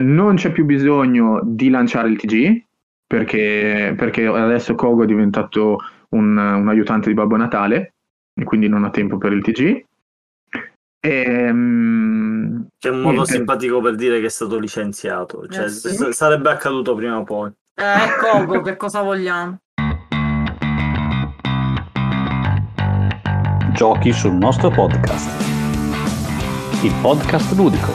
Non c'è più bisogno di lanciare il TG, perché adesso Kogo è diventato un aiutante di Babbo Natale, e quindi non ha tempo per il TG. C'è un modo Niente. simpatico per dire che è stato licenziato, cioè Sì. sarebbe accaduto prima o poi. Kogo, che cosa vogliamo? Giochi sul nostro podcast. Il podcast ludico.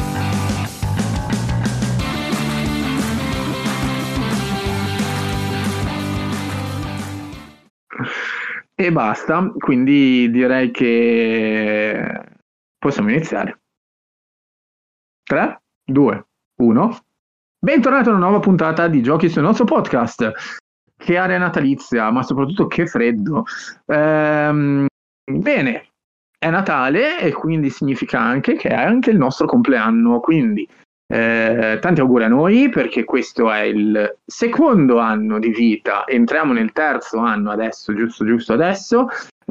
E basta, quindi direi che possiamo iniziare. 3, 2, 1. Bentornati a una nuova puntata di Giochi sul nostro podcast. Che area natalizia, ma soprattutto che freddo. Bene, è Natale e quindi significa anche che è anche il nostro compleanno, quindi tanti auguri a noi, perché questo è il secondo anno di vita, entriamo nel terzo anno adesso, giusto adesso,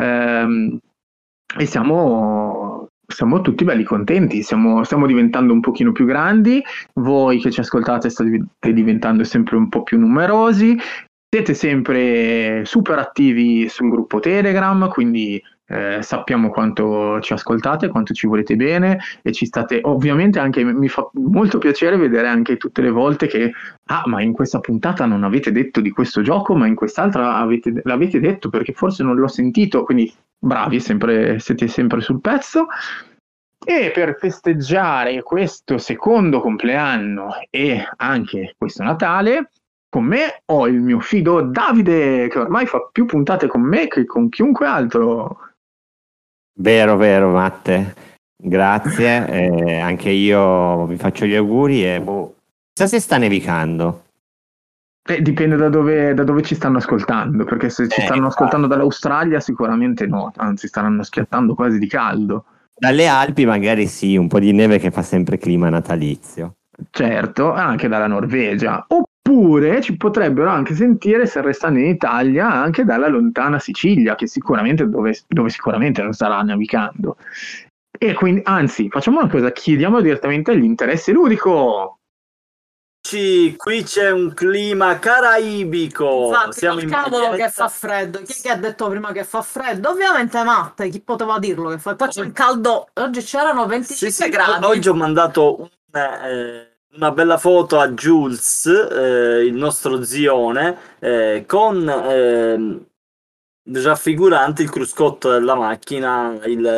e siamo tutti belli contenti, stiamo diventando un pochino più grandi, voi che ci ascoltate state diventando sempre un po' più numerosi, siete sempre super attivi sul gruppo Telegram, quindi sappiamo quanto ci ascoltate, quanto ci volete bene e ci state, ovviamente anche mi fa molto piacere vedere anche tutte le volte che ma in questa puntata non avete detto di questo gioco, ma in quest'altra l'avete detto perché forse non l'ho sentito, quindi bravi, siete sempre sul pezzo. E per festeggiare questo secondo compleanno e anche questo Natale, con me ho il mio fido Davide, che ormai fa più puntate con me che con chiunque altro. Vero, Matte, grazie. Anche io vi faccio gli auguri e chissà se sta nevicando. Dipende da dove ci stanno ascoltando, perché se ci stanno ascoltando dall'Australia sicuramente no, anzi staranno schiattando quasi di caldo. Dalle Alpi magari sì, un po' di neve che fa sempre clima natalizio. Certo, anche dalla Norvegia. Oppure ci potrebbero anche sentire, se restando in Italia, anche dalla lontana Sicilia, che sicuramente dove sicuramente non starà navigando. E quindi, anzi, facciamo una cosa, chiediamo direttamente all'interesse ludico. Qui c'è un clima caraibico. Infatti, Siamo il in cavolo diretta. che fa freddo. Chi è che ha detto prima che fa freddo? Ovviamente Matte, chi poteva dirlo che fa? Qua c'è un caldo. Oggi c'erano 25 Sì, gradi. oggi ho mandato una bella foto a Jules, il nostro zione, con raffigurante il cruscotto della macchina,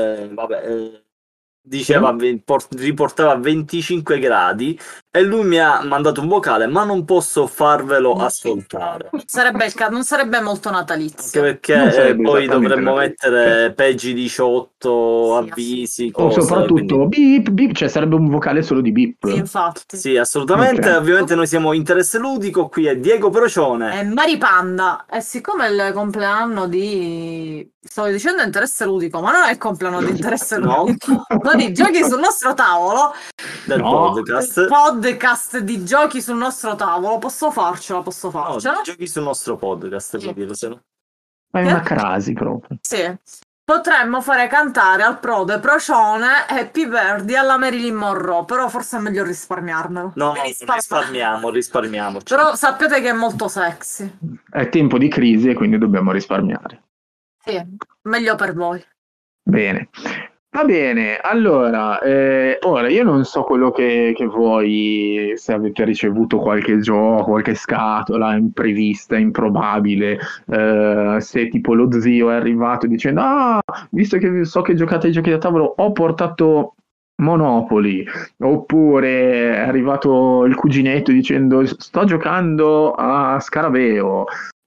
diceva, riportava 25 gradi e lui mi ha mandato un vocale, ma non posso farvelo ascoltare. Non sarebbe molto natalizio. Anche Non perché sarebbe poi esattamente dovremmo natalizio, mettere PEGI 18, Sì, avvisi, O cose. soprattutto beep, beep, cioè sarebbe un vocale solo di beep. Sì, infatti. Sì, assolutamente. Ok. Ovviamente noi siamo Interesse Ludico, qui è Diego Procione. È Maripanda. E siccome è il compleanno di... Stavo dicendo interesse ludico, ma non è il compleanno di interesse No. ludico. No, di giochi sul nostro tavolo. Del No. podcast. Podcast di giochi sul nostro tavolo. Posso farcela? No, giochi sul nostro podcast, Sì. vuol dire, se no. Ma è una crasi proprio. Sì. Potremmo fare cantare al Prode Procione Happy Birthday alla Marilyn Monroe, però forse è meglio risparmiarmelo. No, risparmiamoci. Però sappiate che è molto sexy. È tempo di crisi e quindi dobbiamo risparmiare. Sì, meglio per voi. Bene. Va bene, allora, ora io non so quello che voi, se avete ricevuto qualche gioco, qualche scatola imprevista, improbabile, se tipo lo zio è arrivato dicendo visto che so che giocate ai giochi da tavolo, ho portato Monopoli, oppure è arrivato il cuginetto dicendo sto giocando a Scarabeo,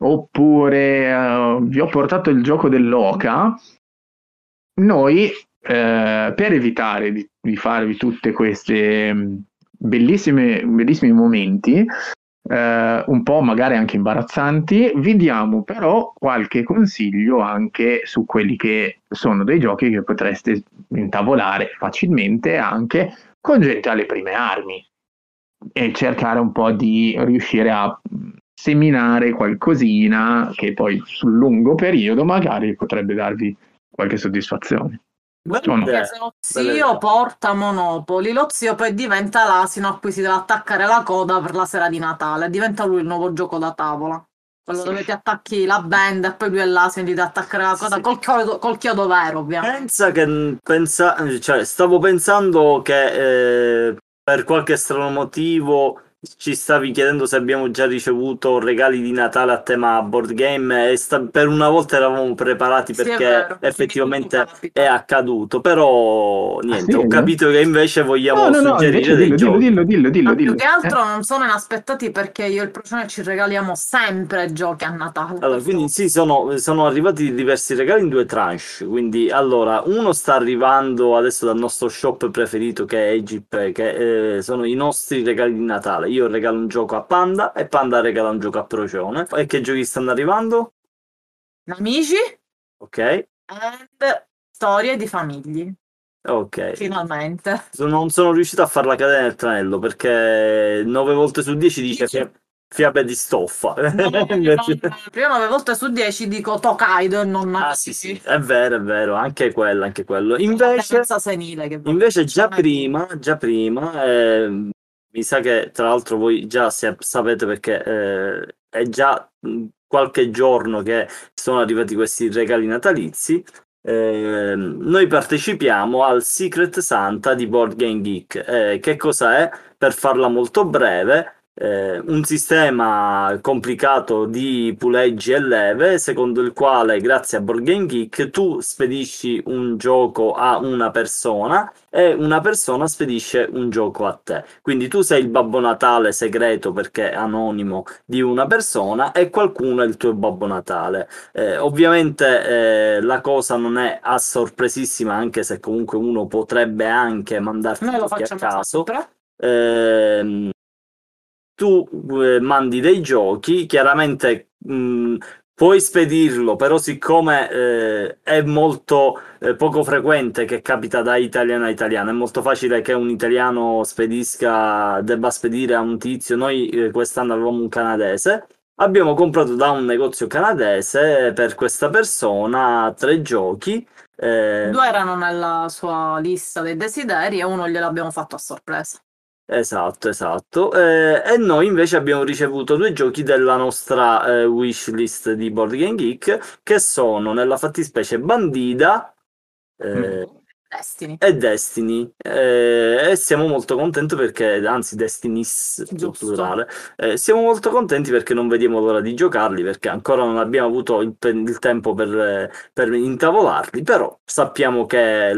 oppure vi ho portato il gioco dell'oca. Noi, per evitare di farvi tutte queste bellissimi momenti, un po' magari anche imbarazzanti, vi diamo però qualche consiglio anche su quelli che sono dei giochi che potreste intavolare facilmente anche con gente alle prime armi e cercare un po' di riuscire a seminare qualcosina che poi sul lungo periodo magari potrebbe darvi qualche soddisfazione. Bella idea. Perché se lo zio porta Monopoli, lo zio poi diventa l'asino a cui si deve attaccare la coda per la sera di Natale. Diventa lui il nuovo gioco da tavola. Quello dove ti attacchi la benda e poi lui è l'asino e ti deve attaccare la coda col chiodo vero, ovviamente. Cioè, stavo pensando che per qualche strano motivo ci stavi chiedendo se abbiamo già ricevuto regali di Natale a tema board game e per una volta eravamo preparati Sì, è perché vero. effettivamente Capita. è accaduto, però niente, sì? ho capito che invece vogliamo No, suggerire invece dei giochi. dillo. Ma più che altro non sono inaspettati perché io e il Procione ci regaliamo sempre giochi a Natale. Allora, quindi sì, sono arrivati diversi regali in 2 tranche. Quindi, allora, uno sta arrivando adesso dal nostro shop preferito che è Egip, che sono i nostri regali di Natale. Io regalo un gioco a Panda e Panda regala un gioco a Procione. E che giochi stanno arrivando? Amici Ok, and storie di famiglie. ok. Finalmente. Non sono riuscito a farla cadere nel tranello perché 9 volte su 10 dice fiabe di stoffa. Invece- Prima 9 volte su 10 dico Tokaido e non Ah sì, è vero, anche quello. Invece... Pensa senile che Invece già prima, mi sa che tra l'altro voi già sapete perché è già qualche giorno che sono arrivati questi regali natalizi. Noi partecipiamo al Secret Santa di Board Game Geek. Che cosa è? Per farla molto breve, un sistema complicato di puleggi e leve, secondo il quale, grazie a Board Game Geek, tu spedisci un gioco a una persona e una persona spedisce un gioco a te. Quindi tu sei il Babbo Natale segreto perché è anonimo di una persona e qualcuno è il tuo Babbo Natale. Ovviamente la cosa non è a sorpresissima, anche se comunque uno potrebbe anche mandarti noi lo giochi a facciamo caso. sempre. Tu mandi dei giochi, chiaramente puoi spedirlo, però siccome è molto poco frequente che capita da italiano a italiano, è molto facile che un italiano debba spedire a un tizio. Noi quest'anno avevamo un canadese, abbiamo comprato da un negozio canadese per questa persona 3 giochi. 2 erano nella sua lista dei desideri e uno gliel'abbiamo fatto a sorpresa. Esatto. E noi invece abbiamo ricevuto 2 giochi della nostra wishlist di Board Game Geek, che sono nella fattispecie Bandida Destiny. e Destiny. E siamo molto contenti perché, anzi, Destiny's Giusto. plurale. Siamo molto contenti perché non vediamo l'ora di giocarli, perché ancora non abbiamo avuto il tempo per intavolarli, però sappiamo che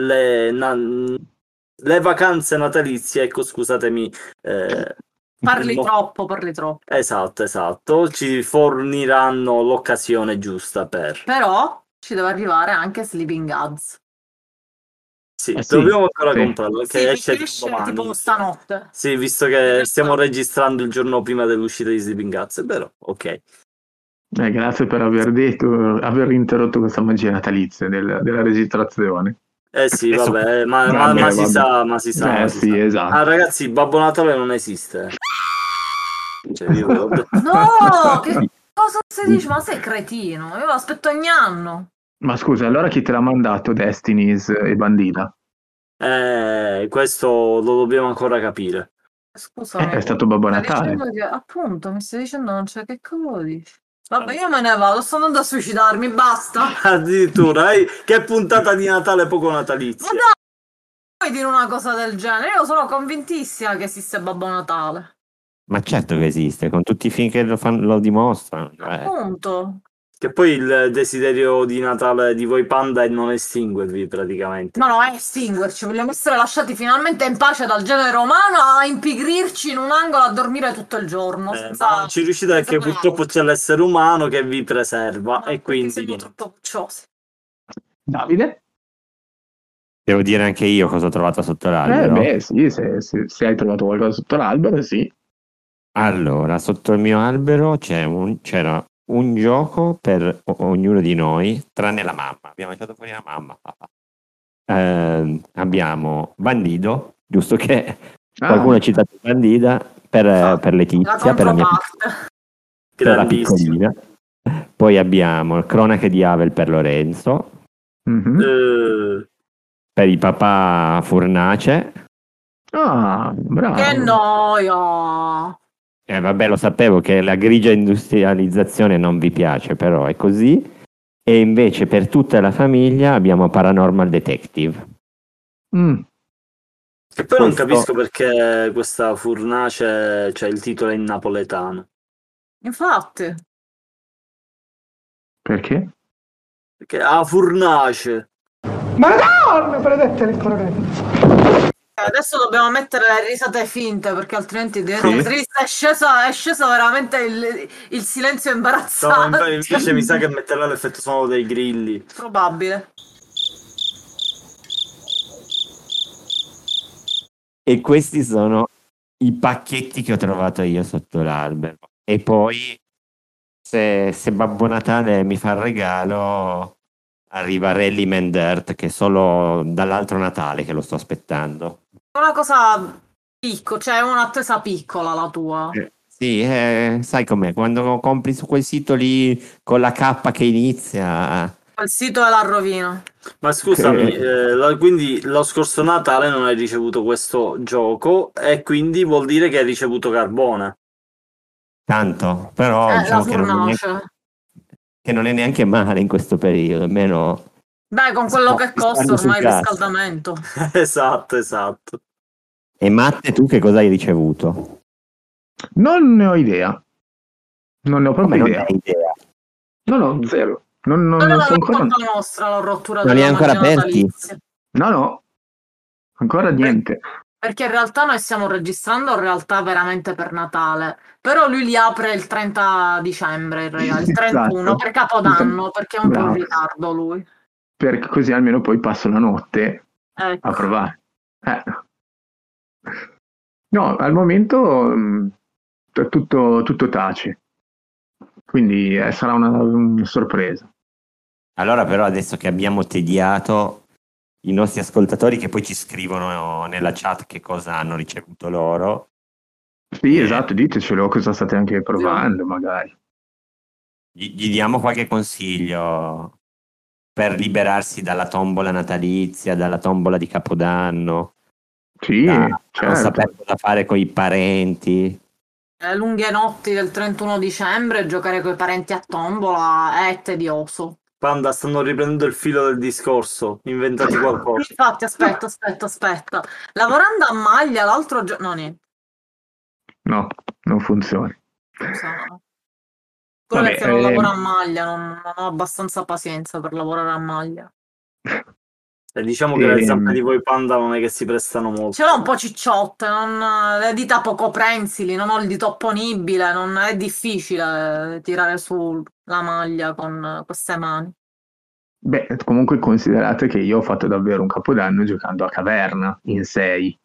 le vacanze natalizie, ecco, scusatemi. Parli no- troppo. Esatto, ci forniranno l'occasione giusta per... Però ci deve arrivare anche Sleeping Gods. Sì, sì, dobbiamo ancora sì. comprarlo, perché esce domani. tipo stanotte. Sì, visto che stiamo registrando il giorno prima dell'uscita di Sleeping Cats, però, ok. Grazie per aver interrotto questa magia natalizia della registrazione. Sì, vabbè, ma Vabbè. si sa. Sì, esatto. Ah, ragazzi, Babbo Natale non esiste. Cioè, io ve l'ho detto. No, che cosa si dice? Ma sei cretino? Io lo aspetto ogni anno. Ma scusa, allora chi te l'ha mandato Destinies e Bandita? Questo lo dobbiamo ancora capire. Scusa, È stato Babbo stai Natale. dicendo che, appunto, mi stai dicendo non c'è che cosa dici? Vabbè, io me ne vado, sto andando a suicidarmi, basta. Addirittura, che puntata di Natale poco natalizia. Ma dai, puoi dire una cosa del genere? Io sono convintissima che esiste Babbo Natale. Ma certo che esiste, con tutti i film che lo dimostrano. Appunto. Che poi il desiderio di Natale di voi Panda è non estinguervi praticamente. No, è estinguerci, vogliamo essere lasciati finalmente in pace dal genere umano a impigrirci in un angolo a dormire tutto il giorno. Ma non ci riuscite perché purtroppo c'è l'essere umano che vi preserva e quindi... siamo troppo pucciosi. Davide? Devo dire anche io cosa ho trovato sotto l'albero. Beh, sì, se hai trovato qualcosa sotto l'albero, sì. Allora, sotto il mio albero c'era un gioco per ognuno di noi, tranne la mamma. Abbiamo lasciato fuori la mamma. Abbiamo Bandido, giusto che qualcuno ha citato Bandida per Letizia, per la mia per la piccolina. Poi abbiamo il Cronache di Havel per Lorenzo. per il papà Furnace. Ah, bravo. Che noia! Vabbè, lo sapevo che la grigia industrializzazione non vi piace, però è così. E invece per tutta la famiglia abbiamo Paranormal Detective. Mm. E poi non Questo- capisco perché questa Furnace, cioè il titolo è in napoletano. Infatti, Perché? Perché Furnace. Madonna, benedette le coronelle. adesso dobbiamo mettere le risate finte perché altrimenti diventa Sì. triste. È sceso veramente il silenzio No, imbarazzante. invece mi sa che metterà l'effetto sonoro dei grilli. Probabile. E questi sono i pacchetti che ho trovato io sotto l'albero. E poi, se Babbo Natale mi fa il regalo, arriva Rally Man Dirt, che è solo dall'altro Natale che lo sto aspettando. Una cosa piccola, cioè un'attesa piccola la tua. Sì, sai com'è? Quando compri su quel sito lì con la K che inizia... Il sito è la rovina. Ma scusami, quindi lo scorso Natale non hai ricevuto questo gioco e quindi vuol dire che hai ricevuto Carbone. Tanto, però La diciamo Furnace. che non è neanche male in questo periodo, almeno... Beh, con quello che costa risparmio sul ormai il gas. riscaldamento. Esatto. E Matte, tu che cosa hai ricevuto? Non ne ho idea. Non ne ho Come proprio non idea. hai idea? No, zero. Non Non è so ancora. colpa nostra la rottura Non li della hai ancora magia aperti? natalizia. No, ancora niente. Perché in realtà noi stiamo registrando in realtà veramente per Natale. Però lui li apre il 30 dicembre, il 31 Esatto. per Capodanno, perché è un po' in Bravo. ritardo lui. Perché così almeno poi passo la notte Ecco. a provare. No, al momento è tutto tace. Quindi sarà una sorpresa. Allora però adesso che abbiamo tediato i nostri ascoltatori che poi ci scrivono nella chat che cosa hanno ricevuto loro, Sì, esatto, ditecelo cosa state anche provando, magari. gli diamo qualche consiglio per liberarsi dalla tombola natalizia, dalla tombola di Capodanno, Sì, da non certo. sapere cosa fare con i parenti. Le lunghe notti del 31 dicembre, giocare coi parenti a tombola è tedioso. Panda, stanno riprendendo il filo del discorso. Inventati qualcosa. Infatti, aspetta. Lavorando a maglia l'altro giorno... No, niente. No, non funziona. Scusa. Pure Vabbè, perché non lavoro a maglia, non ho abbastanza pazienza per lavorare a maglia. E diciamo che le zampe di voi Panda non è che si prestano molto. Ce l'ho un po' cicciotte, le dita poco prensili, non ho il dito opponibile, non è difficile tirare su la maglia con queste mani. Beh, comunque considerate che io ho fatto davvero un capodanno giocando a Caverna in 6.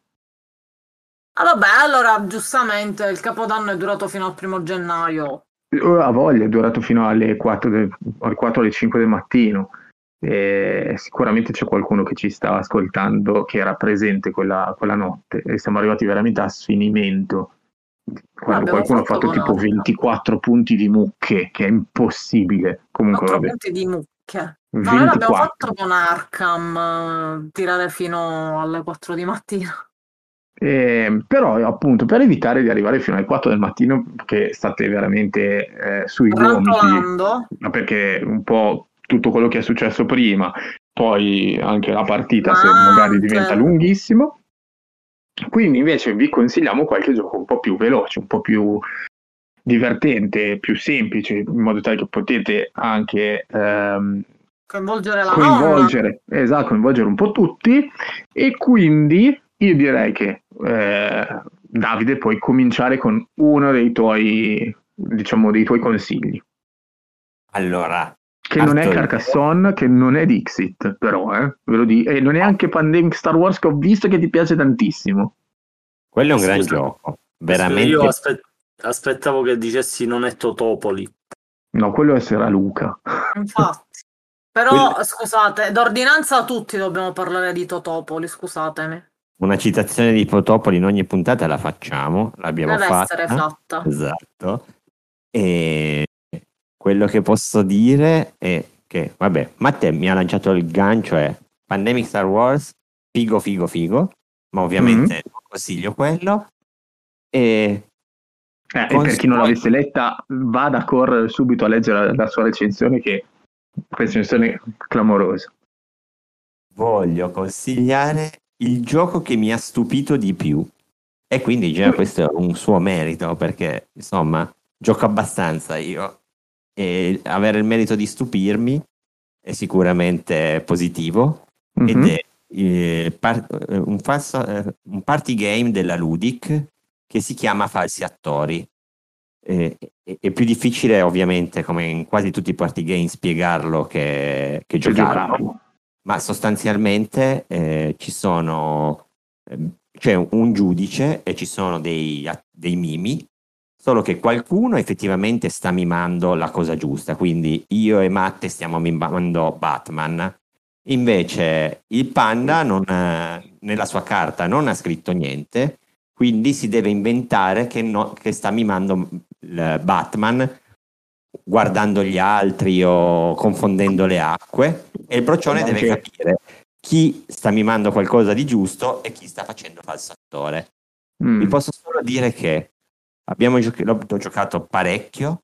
Ah vabbè, allora giustamente il Capodanno è durato fino al 1 gennaio. A voglia, è durato fino alle 4, alle 4 alle 5 del mattino. E sicuramente c'è qualcuno che ci stava ascoltando che era presente quella notte e siamo arrivati veramente a sfinimento. Quando Abbiamo qualcuno ha fatto con tipo Arkham. 24 punti di mucche, che è impossibile. Comunque 4 vabbè. punti di mucche. No, noi l'abbiamo 24. fatto con Arkham, tirare fino alle 4 di mattina. Però appunto per evitare di arrivare fino alle 4 del mattino che state veramente sui gomiti, Rantolando. ma perché un po' tutto quello che è successo prima, poi anche la partita se Ma magari anche. diventa lunghissimo, quindi invece vi consigliamo qualche gioco un po' più veloce, un po' più divertente, più semplice, in modo tale che potete anche Coinvolgere la coinvolgere un po' tutti, e quindi io direi che Davide puoi cominciare con uno dei tuoi consigli, Allora, che non è parto io. Carcassonne, che non è Dixit, però ve lo dico, e non è anche Pandemic Star Wars, che ho visto che ti piace tantissimo. Quello è un gran Scusa. gioco, veramente. Io aspettavo che dicessi non è Totopoli. No, quello sarà Luca. Infatti. Però, scusate, d'ordinanza tutti dobbiamo parlare di Totopoli, scusatemi. Una citazione di Totopoli in ogni puntata la facciamo, l'abbiamo Deve fatta. essere fatta. Esatto. E quello che posso dire è che, vabbè, Matte mi ha lanciato il gancio, è Pandemic Star Wars, figo, ma ovviamente non consiglio quello. E per chi non l'avesse letta, vada a correre subito a leggere la sua recensione, che recensione clamorosa. voglio consigliare il gioco che mi ha stupito di più, e quindi già questo è un suo merito, perché insomma gioco abbastanza io, e avere il merito di stupirmi è sicuramente positivo. Ed è un party game della Ludic che si chiama Falsi Attori. È più difficile ovviamente, come in quasi tutti i party game, spiegarlo che giocarlo, ma sostanzialmente ci sono c'è un giudice e ci sono dei mimi, solo che qualcuno effettivamente sta mimando la cosa giusta, quindi io e Matte stiamo mimando Batman, invece il panda nella sua carta non ha scritto niente, quindi si deve inventare che sta mimando Batman, guardando gli altri o confondendo le acque, e il brocione deve capire chi sta mimando qualcosa di giusto e chi sta facendo falso attore. Vi posso solo dire che l'ho giocato parecchio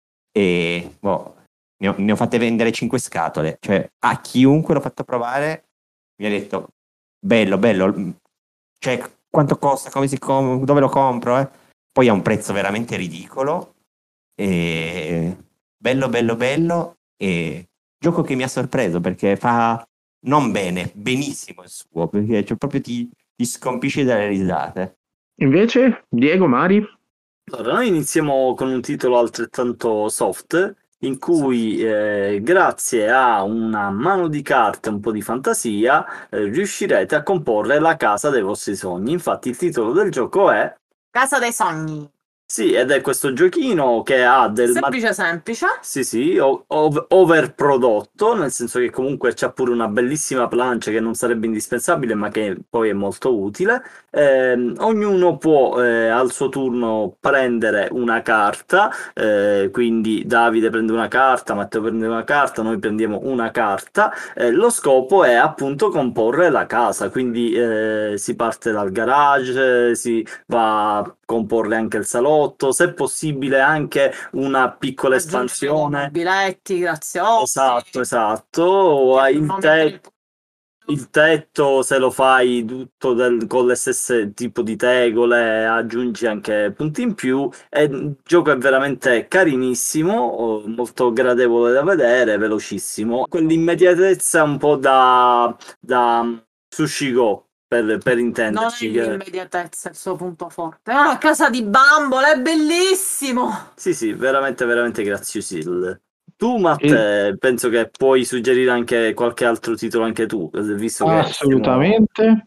e ne ho fatte vendere 5 scatole, cioè a chiunque l'ho fatto provare mi ha detto bello, cioè quanto costa, dove lo compro? Poi ha un prezzo veramente ridicolo, e bello, e gioco che mi ha sorpreso perché fa non bene, benissimo il suo, perché proprio ti scompisci dalle risate. Invece, Diego, Mari? Allora, noi iniziamo con un titolo altrettanto soft, in cui grazie a una mano di carte e un po' di fantasia riuscirete a comporre la casa dei vostri sogni. Infatti il titolo del gioco è Casa dei sogni. Sì, ed è questo giochino che ha del Semplice. Sì, overprodotto, nel senso che comunque c'ha pure una bellissima plancia che non sarebbe indispensabile, ma che poi è molto utile. Ognuno può al suo turno prendere una carta, quindi Davide prende una carta, Matteo prende una carta, noi prendiamo una carta. Lo scopo è appunto comporre la casa, quindi si parte dal garage, si va a comporre anche il salotto, se possibile anche una piccola espansione. Biletti graziosi. Esatto. Il tetto, se lo fai tutto con le stesse tipo di tegole, aggiungi anche punti in più. E il gioco è veramente carinissimo, molto gradevole da vedere, velocissimo. Quell'immediatezza un po' da Sushi Go, per intenderci. Non è l'immediatezza il suo punto forte. Ah, Casa di Bambola, è bellissimo! Sì, veramente, veramente graziosillo. Tu, Matte, penso che puoi suggerire anche qualche altro titolo anche tu, visto che assolutamente.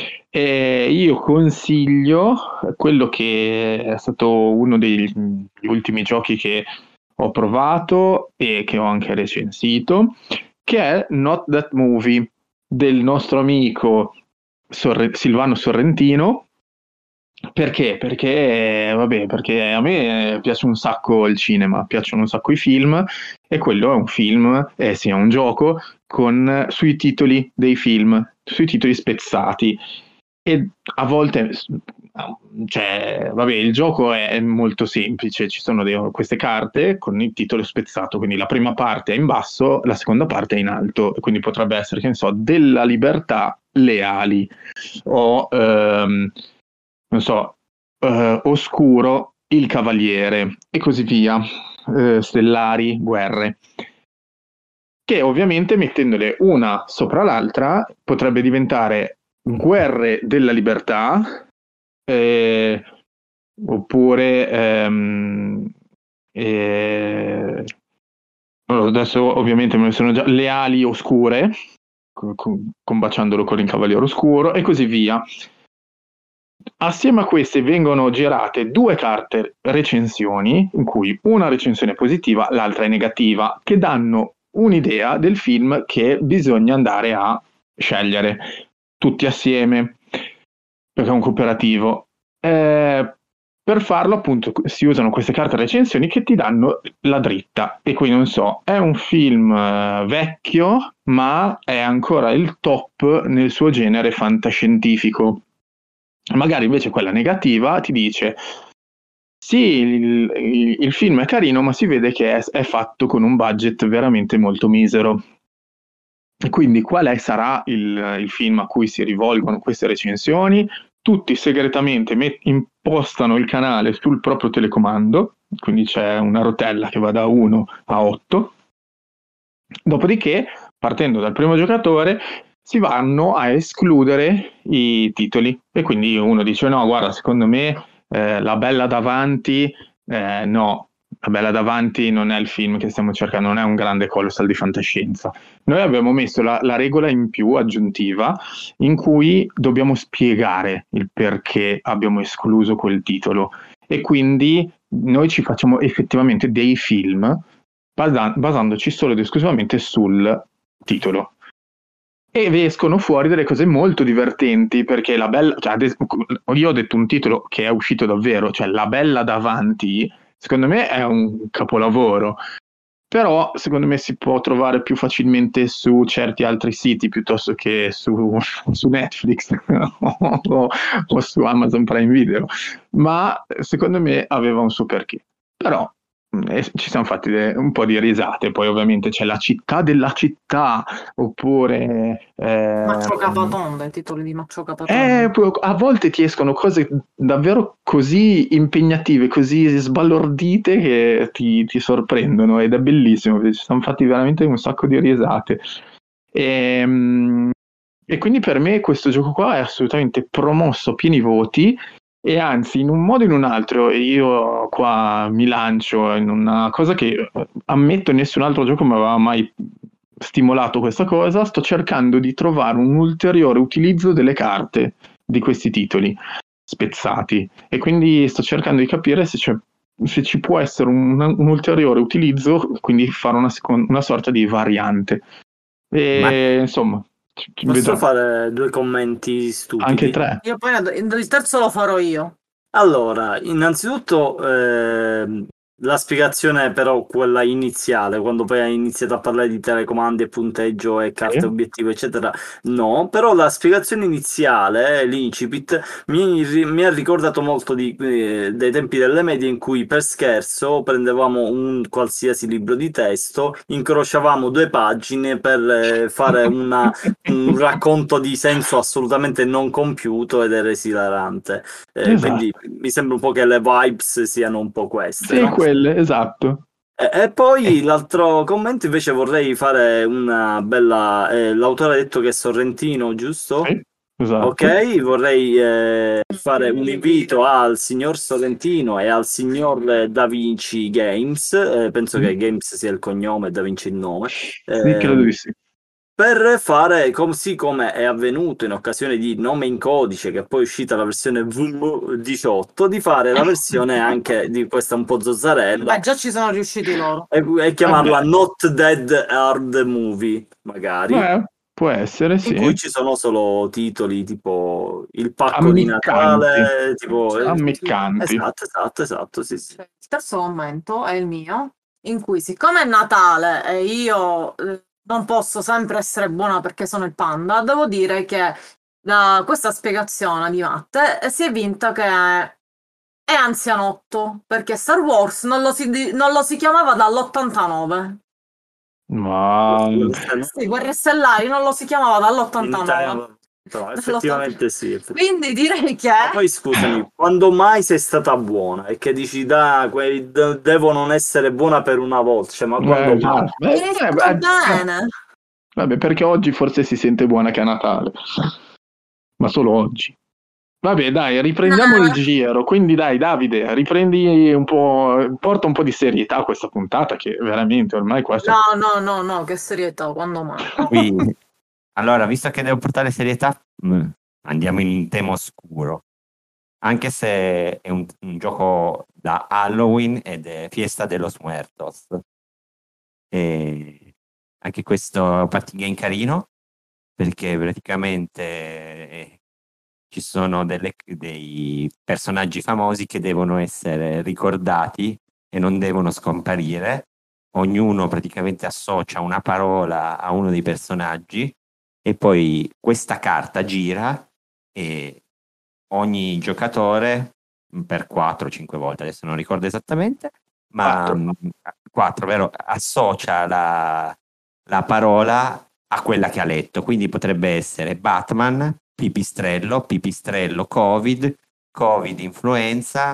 Io consiglio quello che è stato uno degli ultimi giochi che ho provato e che ho anche recensito, che è Not That Movie, del nostro amico Silvano Sorrentino. Perché? Perché a me piace un sacco il cinema, piacciono un sacco i film, e quello è un film, sì, è un gioco sui titoli dei film, sui titoli spezzati. E a volte, il gioco è molto semplice, ci sono queste carte con il titolo spezzato, quindi la prima parte è in basso, la seconda parte è in alto, e quindi potrebbe essere, che ne so, della libertà, le ali, o non so, oscuro, il cavaliere, e così via, stellari, guerre, che ovviamente mettendole una sopra l'altra potrebbe diventare guerre della libertà, oppure adesso ovviamente me ne sono già, le ali oscure, combaciandolo con il cavaliere oscuro, e così via. Assieme a queste vengono girate 2 carte recensioni, in cui una recensione è positiva, l'altra è negativa, che danno un'idea del film che bisogna andare a scegliere tutti assieme, perché è un cooperativo. Per farlo, appunto, si usano queste carte recensioni che ti danno la dritta. E qui non so, è un film vecchio, ma è ancora il top nel suo genere fantascientifico. Magari invece quella negativa ti dice: sì, il film è carino, ma si vede che è fatto con un budget veramente molto misero. E quindi sarà il film a cui si rivolgono queste recensioni? Tutti segretamente impostano il canale sul proprio telecomando, quindi c'è una rotella che va da 1 a 8. Dopodiché, partendo dal primo giocatore, si vanno a escludere i titoli. E quindi uno dice: no, guarda, secondo me La Bella Davanti, no, La Bella Davanti non è il film che stiamo cercando, non è un grande colossal di fantascienza. Noi abbiamo messo la regola in più aggiuntiva, in cui dobbiamo spiegare il perché abbiamo escluso quel titolo. E quindi noi ci facciamo effettivamente dei film basandoci solo ed esclusivamente sul titolo. E escono fuori delle cose molto divertenti, perché la bella, cioè, io ho detto un titolo che è uscito davvero, cioè La Bella Davanti, secondo me è un capolavoro, però secondo me si può trovare più facilmente su certi altri siti piuttosto che su Netflix o su Amazon Prime Video, ma secondo me aveva un suo perché. Però ci siamo fatti un po' di risate, poi ovviamente c'è La città della città, oppure Maccio Capatonda, i titoli di Maccio Capatonda. a volte ti escono cose davvero così impegnative, così sbalordite che ti sorprendono, ed è bellissimo, ci siamo fatti veramente un sacco di risate. E quindi per me questo gioco qua è assolutamente promosso a pieni voti. E anzi, in un modo o in un altro, io qua mi lancio in una cosa che ammetto nessun altro gioco mi aveva mai stimolato questa cosa. Sto cercando di trovare un ulteriore utilizzo delle carte di questi titoli spezzati, e quindi sto cercando di capire se ci può essere un ulteriore utilizzo, quindi fare una sorta di variante. E insomma, Posso vedrò. fare 2 commenti stupidi? Anche 3. Io poi il terzo lo farò io. Allora, innanzitutto la spiegazione però quella iniziale, quando poi hai iniziato a parlare di telecomandi e punteggio e carte obiettivo eccetera, no, però la spiegazione iniziale, l'incipit, mi ha ricordato molto dei tempi delle medie, in cui per scherzo prendevamo un qualsiasi libro di testo, incrociavamo 2 pagine per fare un racconto di senso assolutamente non compiuto, ed era esilarante. Esatto. Quindi mi sembra un po' che le vibes siano un po' queste, Sì, no? quelle, esatto. E poi l'altro commento invece vorrei fare una bella... l'autore ha detto che è sorrentino, giusto? Sì, esatto. Ok, vorrei fare un invito al signor Sorrentino e al signor Da Vinci Games, penso che Games sia il cognome e Da Vinci il nome, Sì, credo di sì. per fare così come è avvenuto in occasione di Nome in Codice, che poi è uscita la versione VM18, di fare la versione anche di questa un po' zozzarella. Beh, già ci sono riusciti loro. E chiamarla Not Dead Hard Movie, magari. Può essere, sì. In cui ci sono solo titoli tipo il pacco di Ammiccanti. Natale, tipo... Ammiccanti. Esatto, sì. Il terzo commento è il mio, in cui, siccome è Natale e io non posso sempre essere buona perché sono il panda, devo dire che da questa spiegazione di Matte si è vinto che è anzianotto, perché Star Wars non lo si chiamava dall'89. Ma Sì, Guerre Stellari non lo si chiamava dall'89. No, effettivamente sì. Quindi direi che... Ma poi scusami, quando mai sei stata buona? E che dici, devo non essere buona per una volta, cioè, ma quando mai? bene. Vabbè, perché oggi forse si sente buona che a Natale, ma solo oggi. Vabbè, dai, riprendiamo il giro. Quindi dai, Davide, riprendi un po', porta un po' di serietà a questa puntata, che veramente ormai qua No, che serietà, quando mai? No. Qui, allora, visto che devo portare serietà, andiamo in tema oscuro. Anche se è un gioco da Halloween ed è Fiesta de los Muertos. E anche questo party game carino, perché praticamente ci sono dei personaggi famosi che devono essere ricordati e non devono scomparire. Ognuno praticamente associa una parola a uno dei personaggi e poi questa carta gira e ogni giocatore per 4-5 volte, adesso non ricordo esattamente, ma 4, vero? Associa la parola a quella che ha letto, quindi potrebbe essere Batman, pipistrello, Covid, Covid, influenza,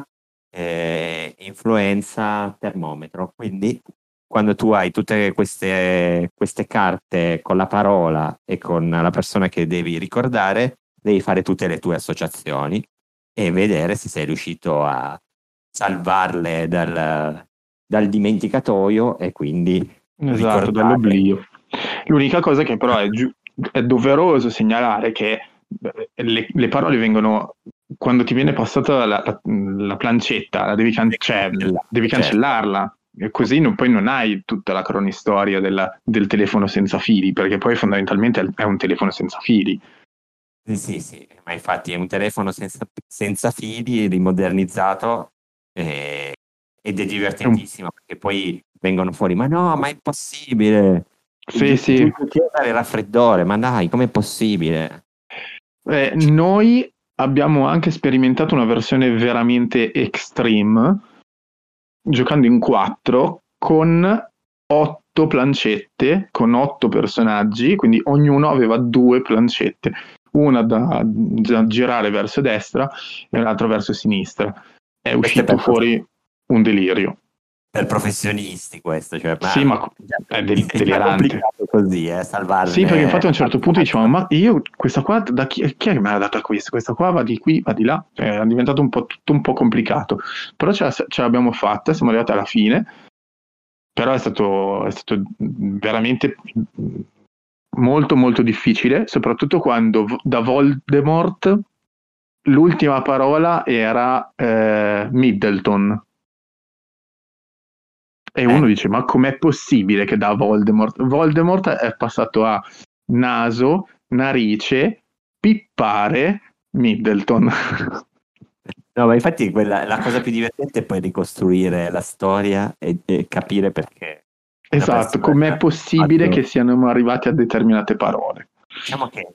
influenza, termometro. Quindi quando tu hai tutte queste carte con la parola e con la persona che devi ricordare, devi fare tutte le tue associazioni e vedere se sei riuscito a salvarle dal dimenticatoio e quindi Esatto, ricordare. dall'oblio. L'unica cosa che però è doveroso segnalare che le parole vengono, quando ti viene passata la plancetta, devi Certo. cancellarla, e così poi non hai tutta la cronistoria del telefono senza fili, perché poi fondamentalmente è un telefono senza fili. Sì, ma infatti è un telefono senza fili, rimodernizzato ed è divertentissimo perché poi vengono fuori, ma no, ma è possibile! Sì. Il raffreddore, ma dai, com'è possibile? Noi abbiamo anche sperimentato una versione veramente extreme, giocando in 4 con 8 plancette, con 8 personaggi, quindi ognuno aveva 2 plancette, una da girare verso destra e l'altra verso sinistra. È uscito fuori un delirio. Per professionisti questo, cioè, Sì, ma è delirante. Così, salvarne. Sì, perché infatti a un certo punto dicevamo, ma io questa qua, da chi è che me l'ha data questa? Questa qua va di qui, va di là, è diventato tutto un po' complicato, però ce l'abbiamo fatta, siamo arrivati alla fine, però è stato veramente molto molto difficile, soprattutto quando da Voldemort l'ultima parola era Middleton. E uno dice, ma com'è possibile che da Voldemort è passato a naso, narice, pippare, Middleton. No, ma infatti la cosa più divertente è poi ricostruire la storia e capire perché. Esatto, com'è possibile che siano arrivati a determinate parole. Diciamo che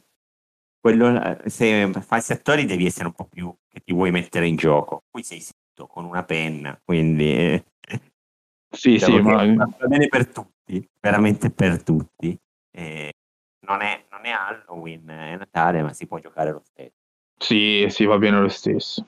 se fai settori devi essere un po' più che ti vuoi mettere in gioco. Qui sei sito con una penna, quindi sì, ma va bene per tutti, veramente per tutti. Non è Halloween, è Natale, ma si può giocare lo stesso. Sì, va bene lo stesso.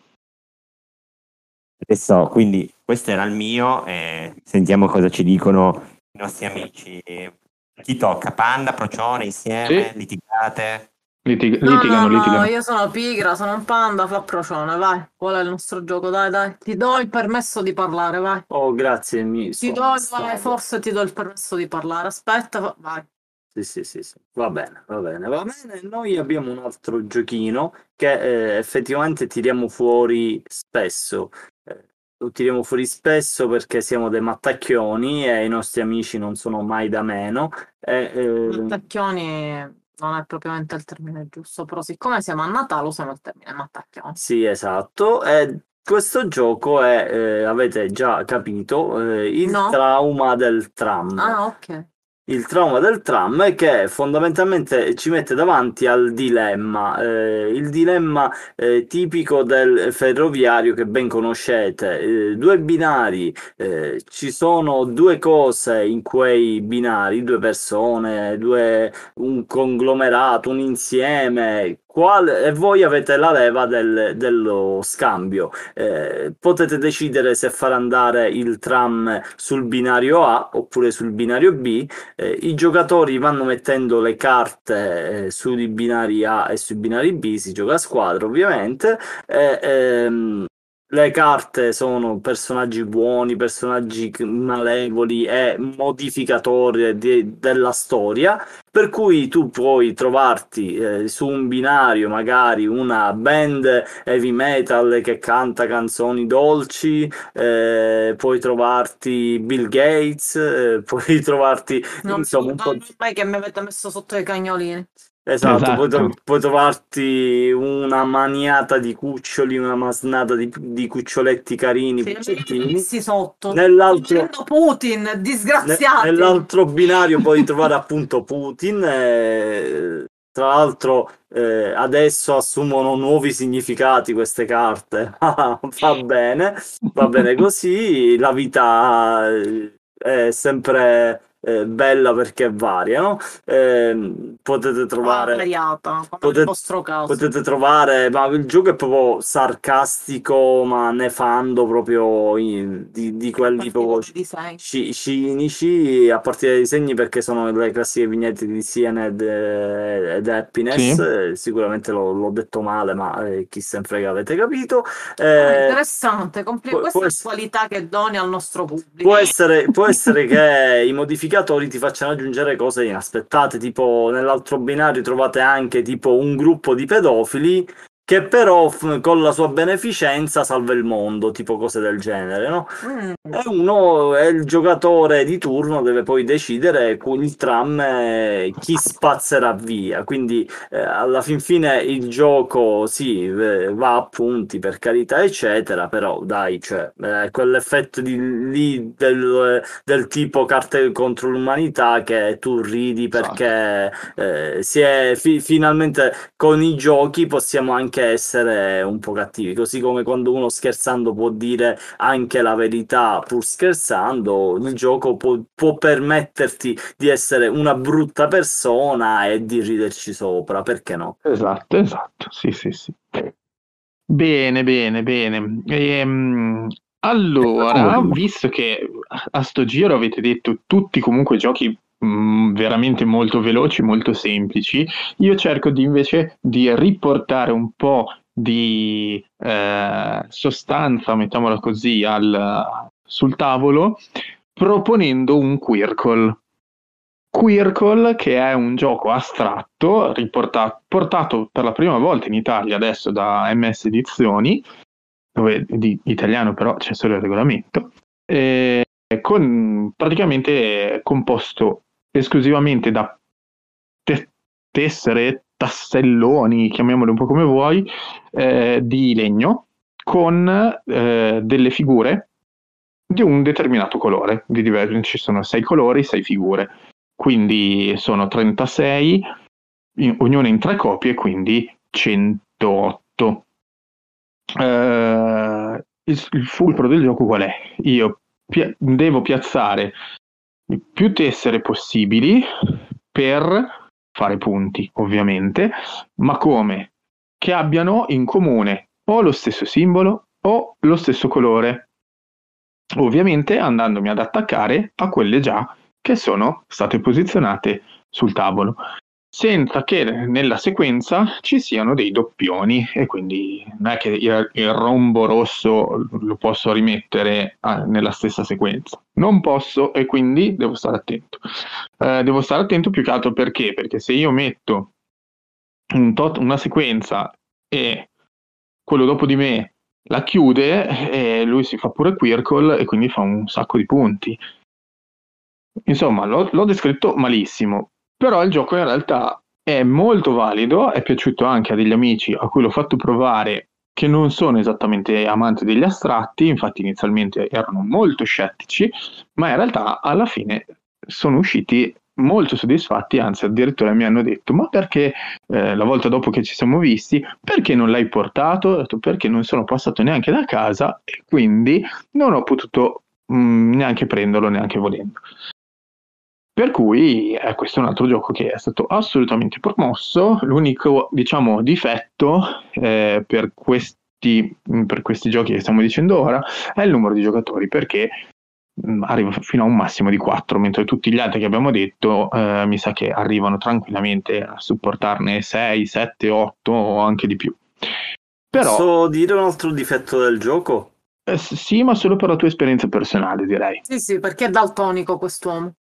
Adesso, quindi questo era il mio, sentiamo cosa ci dicono i nostri amici. Chi tocca? Panda, Procione, insieme? Sì. Litigate? Litigano. No, io sono pigra, sono un panda, Procione, vai. Qual è il nostro gioco? Dai. Ti do il permesso di parlare, vai. Oh, grazie, vai, forse ti do il permesso di parlare. Aspetta, vai. Sì. Va bene. Noi abbiamo un altro giochino che effettivamente tiriamo fuori spesso. Lo tiriamo fuori spesso perché siamo dei mattacchioni e i nostri amici non sono mai da meno. Mattacchioni non è propriamente il termine giusto, però siccome siamo a Natale usiamo il termine mattacchioni. Sì, esatto. Questo gioco è, avete già capito, il trauma del tram. Ah, ok. Il trauma del tram è che fondamentalmente ci mette davanti al dilemma, il dilemma tipico del ferroviario che ben conoscete, due binari, ci sono due cose in quei binari, due persone, un conglomerato, un insieme, e voi avete la leva dello scambio. Potete decidere se far andare il tram sul binario A oppure sul binario B. I giocatori vanno mettendo le carte sui binari A e sui binari B, si gioca a squadra ovviamente. Le carte sono personaggi buoni, personaggi malevoli e modificatori della storia, per cui tu puoi trovarti su un binario magari una band heavy metal che canta canzoni dolci, puoi trovarti Bill Gates, puoi trovarti Non insomma un po'. mai che mi avete messo sotto i cagnolini. Esatto, Esatto. puoi trovarti una maniata di cuccioli, una masnada di cuccioletti carini, Sì, piccettini. messi sotto. Nell'altro, Dicendo Putin, disgraziati. nell'altro binario puoi trovare appunto Putin. Tra l'altro, adesso assumono nuovi significati queste carte. Va bene così. La vita è sempre bella perché varia, no? Potete trovare. Variata, come nel Potete, vostro caso. potete trovare, ma il gioco è proprio sarcastico, ma nefando proprio di quelli proprio Disegni. cinici, a partire dai disegni perché sono le classiche vignette di Cyanide ed Happiness. Sì. Sicuramente l'ho detto male, ma chi se ne frega, avete capito. Interessante, questa è la qualità che doni al nostro pubblico. Può essere che i modificatori ti facciano aggiungere cose inaspettate, tipo nell'altro binario trovate anche tipo un gruppo di pedofili che però con la sua beneficenza salva il mondo, tipo cose del genere, no? E il giocatore di turno deve poi decidere con il tram chi spazzerà via. Quindi alla fin fine il gioco sì, va a punti per carità, eccetera, però dai, cioè, quell'effetto lì del tipo carte contro l'umanità che tu ridi perché finalmente con i giochi possiamo anche essere un po' cattivi, così come quando uno scherzando può dire anche la verità pur scherzando, il gioco può permetterti di essere una brutta persona e di riderci sopra, perché no? Esatto, sì, sì, sì. Bene, bene, bene. Allora, visto che a sto giro avete detto tutti comunque giochi veramente molto veloci, molto semplici, io cerco invece di riportare un po' di sostanza, mettiamola così, sul tavolo, proponendo un Quirkle. Quirkle, che è un gioco astratto portato per la prima volta in Italia adesso da MS Edizioni, dove di italiano però c'è solo il regolamento, praticamente composto esclusivamente da tessere, tasselloni, chiamiamoli un po' come vuoi, di legno, con delle figure di un determinato colore. Ci sono 6 colori, 6 figure. Quindi sono 36, ognuna in 3 copie, quindi 108. Il fulcro del gioco qual è? Io devo piazzare più tessere possibili per fare punti, ovviamente, ma come? Che abbiano in comune o lo stesso simbolo o lo stesso colore. Ovviamente andandomi ad attaccare a quelle già che sono state posizionate sul tavolo, senza che nella sequenza ci siano dei doppioni, e quindi non è che il rombo rosso lo posso rimettere nella stessa sequenza. Non posso, e quindi devo stare attento. Devo stare attento più che altro perché se io metto una sequenza e quello dopo di me la chiude e lui si fa pure Quirkle e quindi fa un sacco di punti. Insomma, l'ho descritto malissimo, però il gioco in realtà è molto valido, è piaciuto anche a degli amici a cui l'ho fatto provare che non sono esattamente amanti degli astratti, infatti inizialmente erano molto scettici, ma in realtà alla fine sono usciti molto soddisfatti, anzi addirittura mi hanno detto ma perché la volta dopo che ci siamo visti, perché non l'hai portato? Ho detto perché non sono passato neanche da casa e quindi non ho potuto neanche prenderlo, neanche volendo. Per cui questo è un altro gioco che è stato assolutamente promosso. L'unico, diciamo, difetto per questi giochi che stiamo dicendo ora è il numero di giocatori, perché arriva fino a un massimo di 4, mentre tutti gli altri che abbiamo detto mi sa che arrivano tranquillamente a supportarne 6, 7, 8 o anche di più. Però, posso dire un altro difetto del gioco? sì, ma solo per la tua esperienza personale, direi. Sì, perché è daltonico quest'uomo.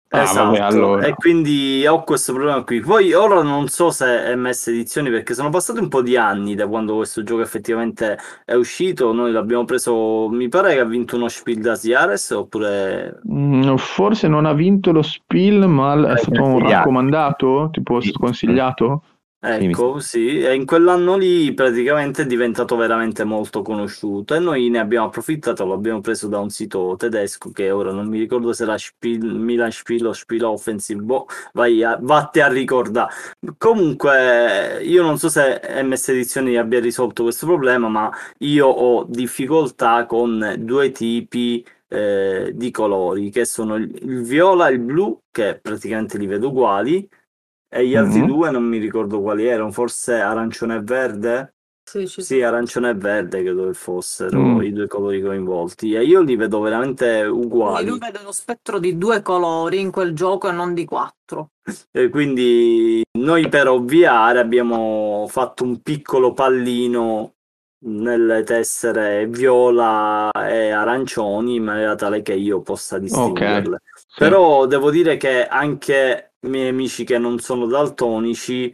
Esatto, vabbè, allora. e quindi ho questo problema qui. Poi ora non so se MS Edizioni, perché sono passati un po' di anni da quando questo gioco effettivamente è uscito. Noi l'abbiamo preso, mi pare che ha vinto uno Spiel des Jahres, oppure... Forse non ha vinto lo Spiel, ma è stato un consigliato. raccomandato, tipo Sì. sconsigliato. Sì, mi Ecco, sì, e in quell'anno lì praticamente è diventato veramente molto conosciuto e noi ne abbiamo approfittato, l'abbiamo preso da un sito tedesco che ora non mi ricordo se era Milan Spiel o Spiel Offensive, boh, vatte a ricordare. Comunque, io non so se MS Edizioni abbia risolto questo problema, ma io ho difficoltà con due tipi di colori, che sono il viola e il blu, che praticamente li vedo uguali, e gli altri Mhm. due non mi ricordo quali erano, forse arancione e verde? Sì, ci Sì, sono. arancione e verde credo che fossero Mm. i due colori coinvolti, e io li vedo veramente Quindi uguali. lui vede lo spettro di 2 colori in quel gioco e non di 4. E quindi noi per ovviare abbiamo fatto un piccolo pallino nelle tessere viola e arancioni in maniera tale che io possa distinguerle. Sì. Però devo dire che anche i miei amici che non sono daltonici,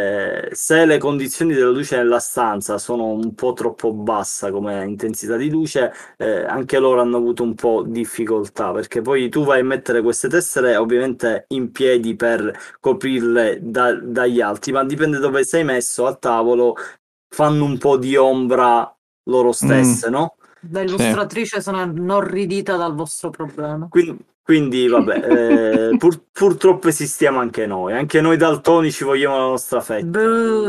se le condizioni della luce nella stanza sono un po' troppo bassa come intensità di luce, anche loro hanno avuto un po' difficoltà, perché poi tu vai a mettere queste tessere ovviamente in piedi per coprirle dagli altri, ma dipende dove sei messo a tavolo, fanno un po' di ombra loro stesse, no? Da Sì. illustratrice sono inorridita dal vostro problema. Quindi vabbè, purtroppo esistiamo anche noi daltonici vogliamo la nostra fetta.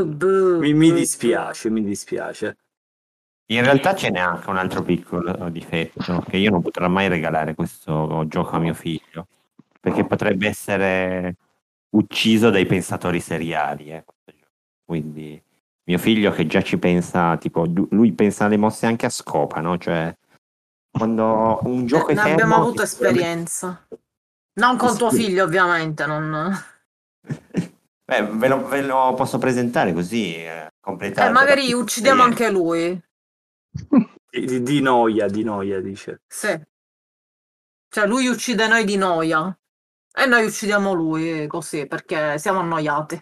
Mi dispiace, mi dispiace. In realtà ce n'è anche un altro piccolo difetto, che io non potrò mai regalare questo gioco a mio figlio, perché potrebbe essere ucciso dai pensatori seriali. Questo gioco. Quindi mio figlio che già ci pensa, tipo, lui pensa alle mosse anche a scopa, no? Cioè, quando un gioco è Ne fermo... abbiamo avuto sicuramente- esperienza. Non con tuo figlio, ovviamente, non... Beh, ve lo posso presentare così, completate. magari uccidiamo anche lui. Di noia, dice. Sì. Cioè, lui uccide noi di noia. E noi uccidiamo lui, così, perché siamo annoiati.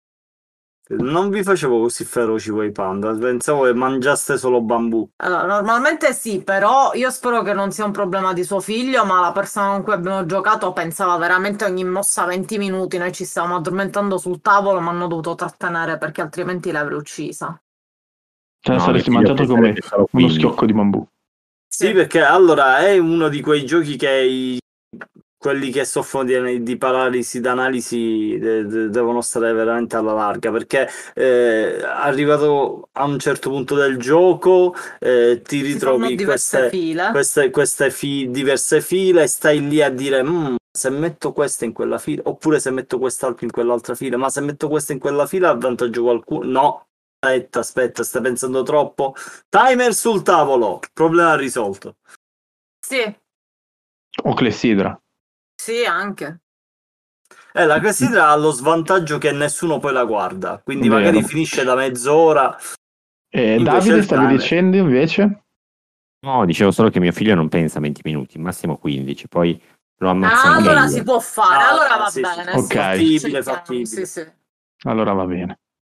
Non vi facevo così feroci voi panda, pensavo che mangiaste solo bambù. Allora, normalmente sì, però io spero che non sia un problema di suo figlio, ma la persona con cui abbiamo giocato pensava veramente ogni mossa 20 minuti, noi ci stavamo addormentando sul tavolo, ma hanno dovuto trattenere perché altrimenti l'avrei uccisa. Te la No, saresti mio figlio mangiato come penserebbe solo uno 15. schiocco di bambù. Sì, perché allora è uno di quei giochi che quelli che soffrono di paralisi d'analisi devono stare veramente alla larga, perché arrivato a un certo punto del gioco ti Si fanno ritrovi diverse file. diverse file e stai lì a dire se metto questa in quella fila, oppure se metto quest'altro in quell'altra fila, ma se metto questa in quella fila avvantaggio qualcuno? No, aspetta, stai pensando troppo. Timer sul tavolo, problema risolto. Sì, O clessidra. sì, anche. La clessidra ha lo svantaggio che nessuno poi la guarda, quindi Vero. magari finisce da mezz'ora. Invece Davide, il stavi timer- dicendo invece? No, dicevo solo che mio figlio non pensa a 20 minuti, massimo 15, poi lo ammazzo Ah, anche allora io. si può fare, Ah, allora va sì, sì. bene. Ok. sì, Fattibile, accettiamo, fattibile. Sì, sì. Allora va bene.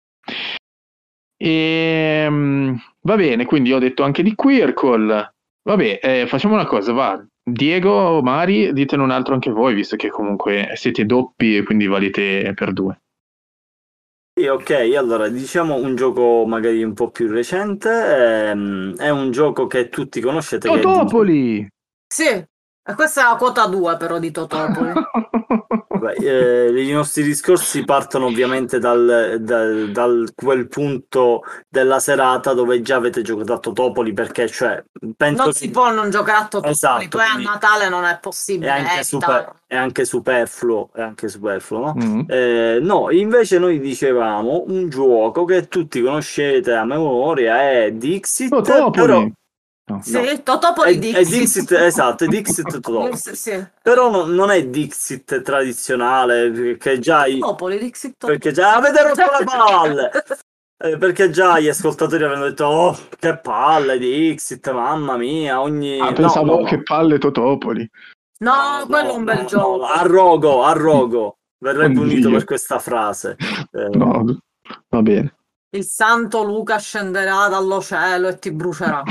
Va bene, quindi ho detto anche di Quirkle. Vabbè, facciamo una cosa, va. Diego, Mari, ditene un altro anche voi, visto che comunque siete doppi e quindi valete per 2. Sì, ok, allora diciamo un gioco magari un po' più recente, è un gioco che tutti conoscete, che è Totopoli! Sì, e questa è la quota 2 però di Totopoli. Vabbè, i nostri discorsi partono ovviamente dal quel punto della serata dove già avete giocato a Totopoli, perché cioè penso Non che si può non giocare a Totopoli, Esatto, poi a quindi Natale non è è possibile. anche, evita. è anche superfluo, no? Mm. No, invece noi dicevamo un gioco che tutti conoscete a memoria è Dixit, però Totopoli! No. Sì, Totopoli è Dixit. Dixit, esatto, è Dixit Totopoli. Sì. Però non è Dixit tradizionale, perché già Totopoli, Dixit perché Totopoli. già avete rotto le palle! Perché già gli ascoltatori avevano detto oh, che palle Dixit, mamma mia, ogni... No, Pensavo che palle Totopoli. No, quello è un bel gioco. Arrogo. Verrei Oddio. punito per questa frase. No, va bene. Il santo Luca scenderà dallo cielo e ti brucerà.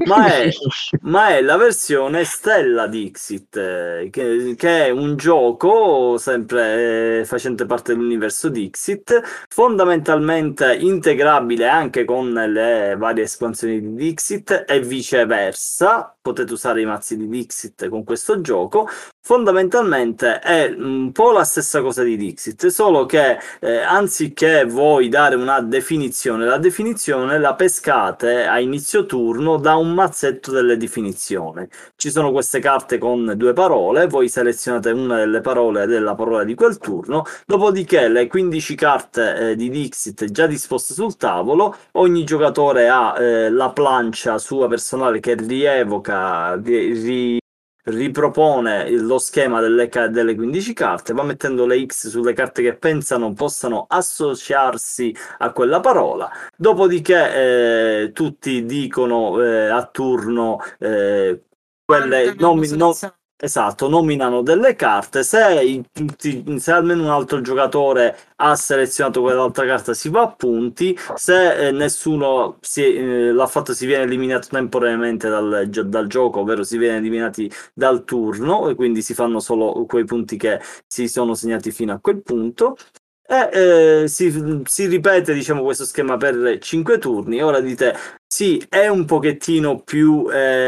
Ma è la versione Stella Dixit, che è un gioco sempre facente parte dell'universo Dixit, fondamentalmente integrabile anche con le varie espansioni di Dixit e viceversa. Potete usare i mazzi di Dixit con questo gioco. Fondamentalmente è un po' la stessa cosa di Dixit, solo che anziché voi dare una definizione, la definizione la pescate a inizio turno da un mazzetto delle definizioni. Ci sono queste carte con 2 parole, voi selezionate una delle parole della parola di quel turno, dopodiché le 15 carte di Dixit già disposte sul tavolo, ogni giocatore ha la plancia sua personale che rievoca, ripropone lo schema delle 15 carte, va mettendo le X sulle carte che pensano possano associarsi a quella parola, dopodiché tutti dicono a turno quelle esatto, nominano delle carte, se almeno un altro giocatore ha selezionato quell'altra carta si va a punti, se nessuno l'ha fatto si viene eliminato temporaneamente dal gioco, ovvero si viene eliminati dal turno e quindi si fanno solo quei punti che si sono segnati fino a quel punto. E si ripete, diciamo, questo schema per 5 turni. Ora dite, sì, è un pochettino più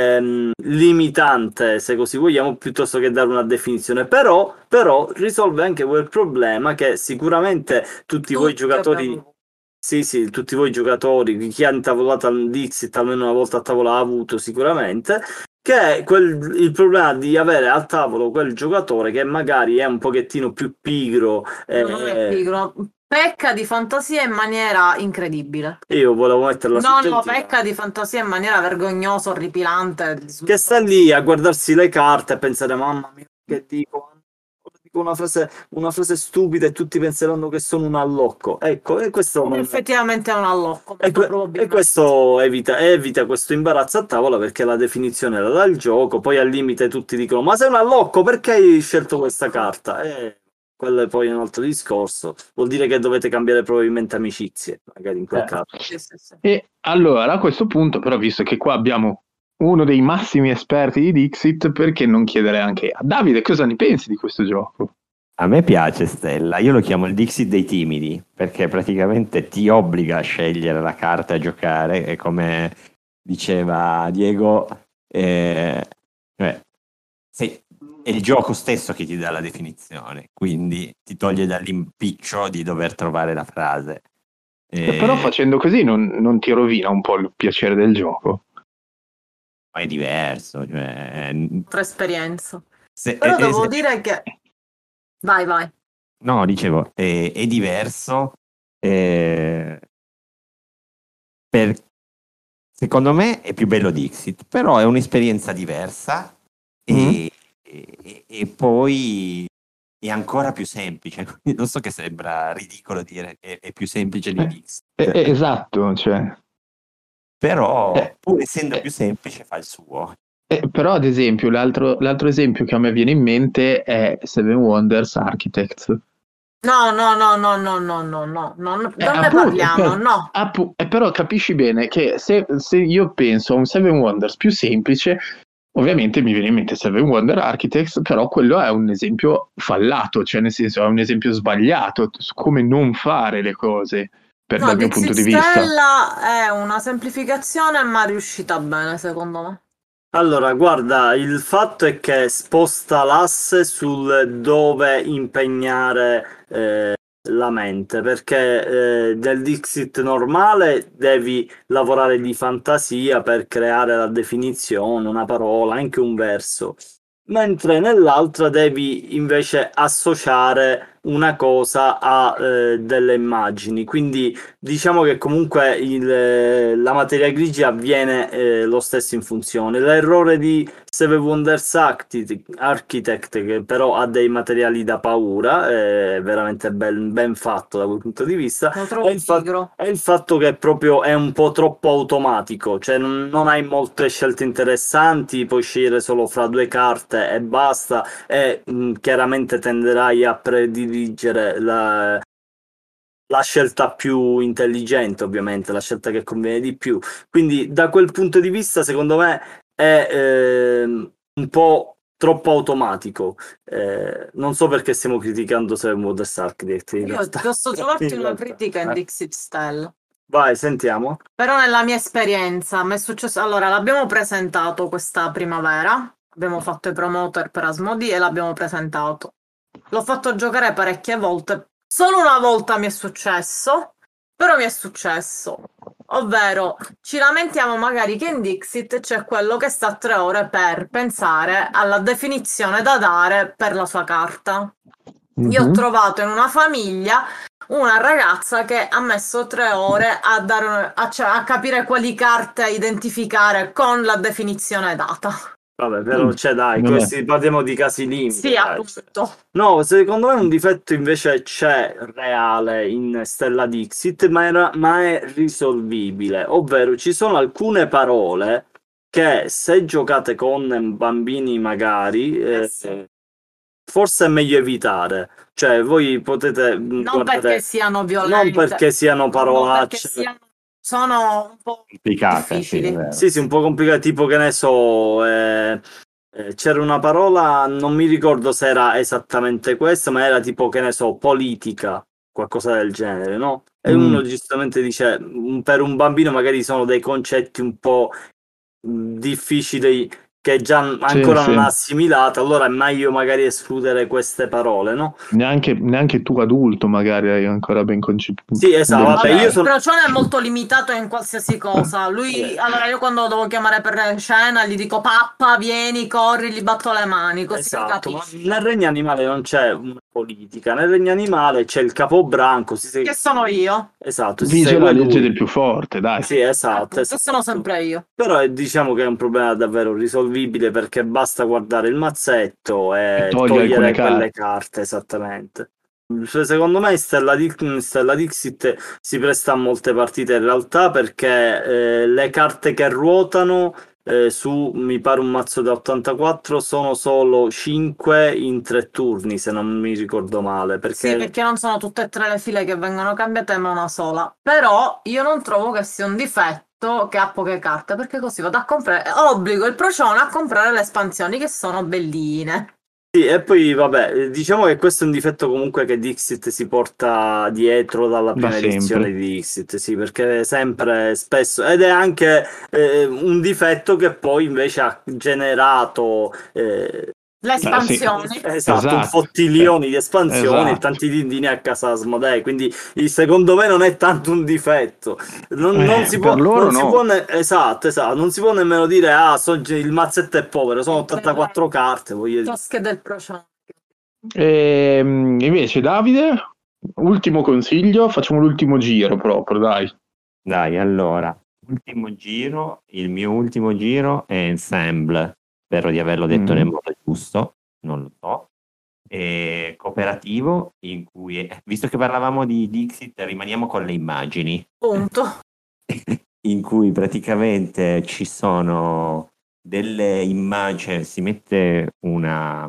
limitante, se così vogliamo, piuttosto che dare una definizione, però risolve anche quel problema che sicuramente tutti voi giocatori... Sì, tutti voi giocatori, chi ha intavolato al Dixit almeno una volta a tavola ha avuto sicuramente, che è il problema di avere al tavolo quel giocatore che magari è un pochettino più pigro. Non è pigro, pecca di fantasia in maniera incredibile. Io volevo metterla No, pecca di fantasia in maniera vergognosa, orripilante. Che sta lì a guardarsi le carte e pensare, mamma mia, che dico una frase stupida e tutti penseranno che sono un allocco. Ecco, e questo effettivamente è un allocco. E questo evita questo imbarazzo a tavola, perché la definizione la dà il gioco, poi al limite tutti dicono ma sei un allocco, perché hai scelto questa carta? Quello è poi un altro discorso, vuol dire che dovete cambiare probabilmente amicizie, magari in quel caso. Sì. E allora a questo punto, però, visto che qua abbiamo uno dei massimi esperti di Dixit, perché non chiedere anche a Davide cosa ne pensi di questo gioco? A me piace Stella, io lo chiamo il Dixit dei timidi, perché praticamente ti obbliga a scegliere la carta a giocare e, come diceva Diego, è il gioco stesso che ti dà la definizione, quindi ti toglie dall'impiccio di dover trovare la frase. Però facendo così non ti rovina un po' il piacere del gioco? Ma è diverso, cioè... Altra esperienza. Però devo dire che... Vai. No, dicevo, è diverso, secondo me è più bello Dixit, però è un'esperienza diversa e poi è ancora più semplice. Non so, che sembra ridicolo dire che è più semplice di Dixit. Esatto, cioè... Però pur essendo più semplice fa il suo. Però ad esempio l'altro esempio che a me viene in mente è Seven Wonders Architects. No, non ne parliamo, no. Però capisci bene che se io penso a un Seven Wonders più semplice, ovviamente mi viene in mente Seven Wonder Architects, però quello è un esempio fallato, cioè nel senso è un esempio sbagliato su come non fare le cose dal mio punto di vista. Stella è una semplificazione, ma riuscita bene, secondo me. Allora, guarda, il fatto è che sposta l'asse sul dove impegnare la mente, perché del Dixit normale devi lavorare di fantasia per creare la definizione, una parola, anche un verso, mentre nell'altra devi invece associare una cosa a delle immagini, quindi diciamo che comunque la materia grigia avviene lo stesso in funzione. L'errore di Seven Wonders Architect, che però ha dei materiali da paura, è veramente ben fatto da quel punto di vista. Lo trovo pigro. È il fatto che proprio è un po' troppo automatico, cioè non hai molte scelte interessanti, puoi scegliere solo fra due carte e basta, e chiaramente tenderai a prediligere la scelta più intelligente, ovviamente, la scelta che conviene di più. Quindi da quel punto di vista, secondo me, è un po' troppo automatico. Non so perché stiamo criticando Seven Wonders Architect. in Io realtà. posso trovarti In una realtà. critica in Dixit Stella. Vai, sentiamo. Però nella mia esperienza mi è successo. Allora, l'abbiamo presentato questa primavera. Abbiamo fatto i promoter per Asmodee e l'abbiamo presentato. L'ho fatto giocare parecchie volte. Solo una volta mi è successo, però mi è successo. Ovvero, ci lamentiamo magari che in Dixit c'è quello che sta 3 ore per pensare alla definizione da dare per la sua carta. Io ho trovato in una famiglia una ragazza che ha messo 3 ore a capire quali carte identificare con la definizione data. Vabbè, però c'è dai, Non è- questi parliamo di casi limiti. Sì, dai. appunto. No, secondo me un difetto invece c'è reale in Stella Dixit, ma è risolvibile. Ovvero, ci sono alcune parole che se giocate con bambini magari, Sì. forse è meglio evitare. Cioè, voi potete Non guardare, perché siano violente, non perché siano no, parolacce. perché sono un po' Complicate, difficili. sì, è vero. Sì, un po' complicato, tipo che ne so, c'era una parola, non mi ricordo se era esattamente questa, ma era tipo, che ne so, politica, qualcosa del genere, no? E uno giustamente dice, per un bambino magari sono dei concetti un po' difficili che già ancora non ha assimilato, allora è meglio magari escludere queste parole, no? Neanche tu adulto magari hai ancora ben concepito. Sì, esatto, vabbè, Vabbè, io il sono... crocione è molto limitato in qualsiasi cosa. Lui, allora io quando lo devo chiamare per scena gli dico pappa, vieni, corri, gli batto le mani, così Esatto, ma capisci. nel regno animale non c'è una politica, nel regno animale c'è il capobranco, Che sono io. esatto, si Vige la segue legge lui. del più forte, dai. Sì, esatto, Appunto, sono sempre io. Però diciamo che è un problema davvero risolvibile perché basta guardare il mazzetto E e toglie togliere alcune quelle carte. carte, esattamente. Cioè, secondo me Stella Dixit si presta a molte partite in realtà perché le carte che ruotano su, mi pare un mazzo da 84, sono solo 5 in 3 turni, se non mi ricordo male. Sì, perché non sono tutte e 3 le file che vengono cambiate, ma una sola. Però io non trovo che sia un difetto che ha poche carte, perché così vado a comprare, obbligo il procione a comprare le espansioni che sono belline. Sì, e poi vabbè, diciamo che questo è un difetto comunque che Dixit si porta dietro dalla prima edizione sempre. di Dixit, sì, perché sempre, spesso, ed è anche un difetto che poi invece ha generato Le espansioni. esatto, un Esatto. fottilioni di espansioni e Esatto. tanti dindini a casa Asmodee, quindi secondo me non è tanto un difetto. Non si può, per loro non si no. può esatto, non si può nemmeno dire il mazzetto è povero, sono 84 carte, voglio dire. Tosche del procione. Invece Davide, ultimo consiglio, facciamo l'ultimo giro proprio, dai. Dai, allora, il mio ultimo giro è Ensemble, spero di averlo detto nel modo giusto, non lo so. È cooperativo in cui, visto che parlavamo di Dixit, rimaniamo con le immagini, Punto. in cui praticamente ci sono delle immagini, si mette una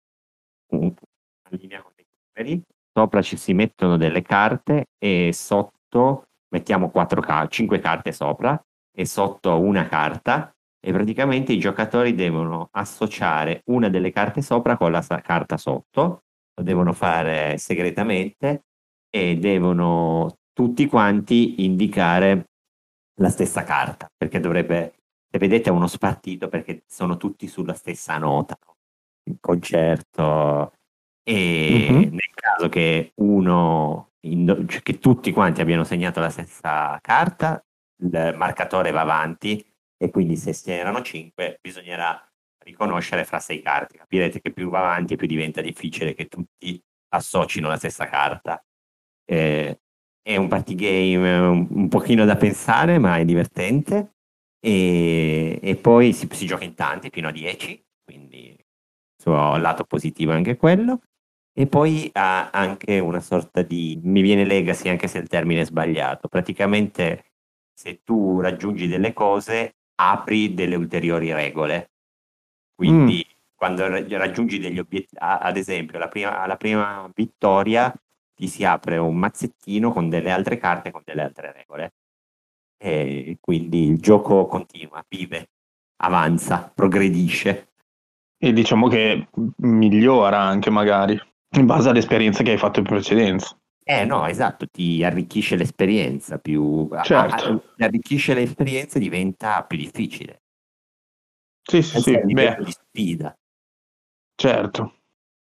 linea con dei numeri, sopra ci si mettono delle carte e sotto mettiamo 5 carte sopra e sotto una carta e praticamente i giocatori devono associare una delle carte sopra con la carta sotto, lo devono fare segretamente e devono tutti quanti indicare la stessa carta, perché dovrebbe, se vedete, è uno spartito perché sono tutti sulla stessa nota, no? Il concerto, e nel caso che che tutti quanti abbiano segnato la stessa carta, il marcatore va avanti e quindi se erano 5 bisognerà riconoscere fra 6 carte. Capirete che più va avanti e più diventa difficile che tutti associno la stessa carta. È un party game un pochino da pensare, ma è divertente e poi si gioca in tanti fino a 10, quindi il suo lato positivo è anche quello. E poi ha anche una sorta di, mi viene legacy anche se il termine è sbagliato, praticamente se tu raggiungi delle cose apri delle ulteriori regole, quindi quando raggiungi degli obiettivi, ad esempio alla prima vittoria ti si apre un mazzettino con delle altre carte con delle altre regole e quindi il gioco continua, vive, avanza, progredisce. E diciamo che migliora anche magari in base all'esperienza che hai fatto in precedenza. No, esatto, ti arricchisce l'esperienza, Certo. ti arricchisce l'esperienza e diventa più difficile. Sì, sì, Alza sì, il livello beh, di sfida. certo.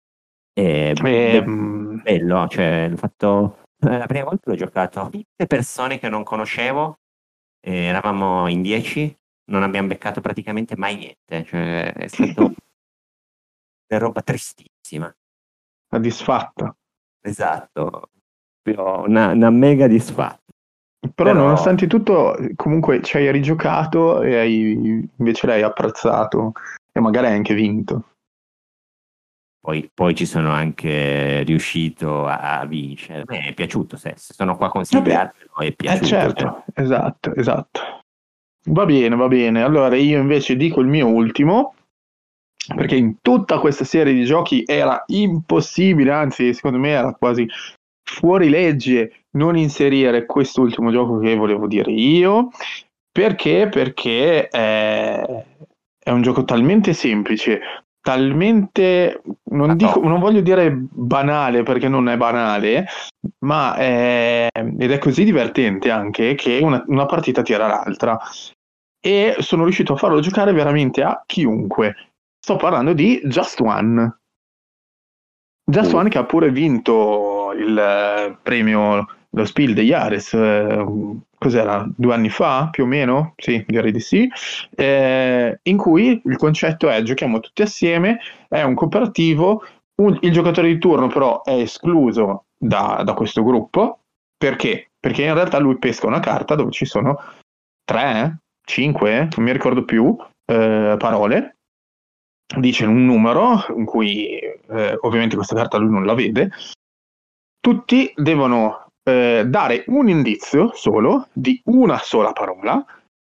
Bello, cioè, l'ho fatto la prima volta l'ho giocato tutte persone che non conoscevo, eravamo in 10, non abbiamo beccato praticamente mai niente, cioè è stato una roba tristissima. La disfatta. Esatto, una mega disfatta. Però nonostante tutto, comunque ci hai rigiocato e invece l'hai apprezzato e magari hai anche vinto. Poi ci sono anche riuscito a vincere. A me è piaciuto, se sono qua a consigliarvelo, è piaciuto. Certo, esatto. Va bene. Allora io invece dico il mio ultimo, perché in tutta questa serie di giochi era impossibile, anzi secondo me era quasi fuori legge non inserire quest'ultimo gioco che volevo dire io. Perché? Perché è un gioco talmente semplice, talmente, non voglio dire banale perché non è banale, ma ed è così divertente anche che una partita tira l'altra. E sono riuscito a farlo giocare veramente a chiunque. Sto parlando di Just One. Just One che ha pure vinto il premio, lo Spiel des Jahres, cos'era, 2 anni fa più o meno? Sì, direi di sì. In cui il concetto è giochiamo tutti assieme, è un cooperativo, il giocatore di turno però è escluso da questo gruppo. Perché? Perché in realtà lui pesca una carta dove ci sono 3, 5, non mi ricordo più, parole. Dice un numero in cui ovviamente questa carta lui non la vede. Tutti devono dare un indizio solo di una sola parola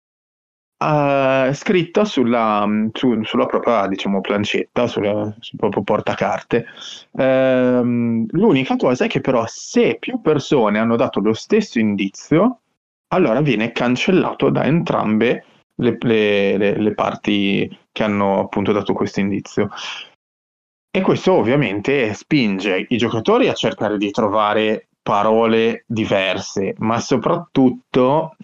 scritta sulla propria, diciamo, plancetta, sul proprio portacarte. L'unica cosa è che però se più persone hanno dato lo stesso indizio, allora viene cancellato da entrambe le parti che hanno appunto dato questo indizio. E questo ovviamente spinge i giocatori a cercare di trovare parole diverse, ma soprattutto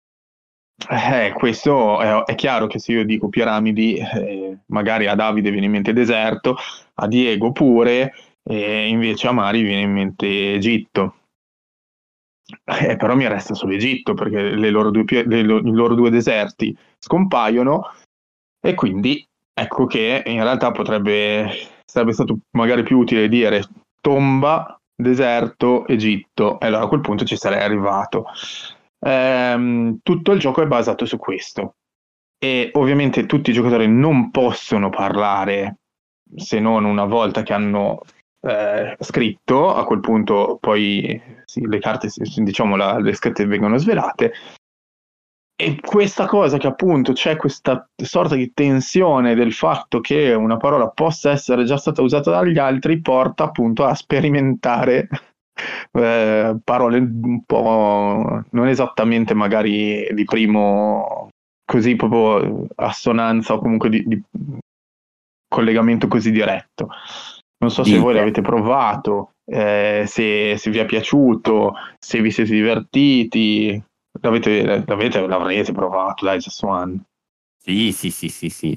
questo è chiaro che se io dico piramidi, magari a Davide viene in mente deserto, a Diego pure, e invece a Mari viene in mente Egitto. Però mi resta solo Egitto perché i loro due deserti scompaiono e quindi ecco che in realtà sarebbe stato magari più utile dire tomba, deserto, Egitto, e allora a quel punto ci sarei arrivato. Tutto il gioco è basato su questo e ovviamente tutti i giocatori non possono parlare se non una volta che hanno scritto. A quel punto poi sì, le carte, diciamo, le scritte vengono svelate. E questa cosa che appunto c'è questa sorta di tensione del fatto che una parola possa essere già stata usata dagli altri porta appunto a sperimentare parole un po' non esattamente magari di primo così proprio assonanza o comunque di collegamento così diretto. Non so se voi l'avete provato, se vi è piaciuto, se vi siete divertiti. L'avrete provato, dai, Just One. Sì. Sì.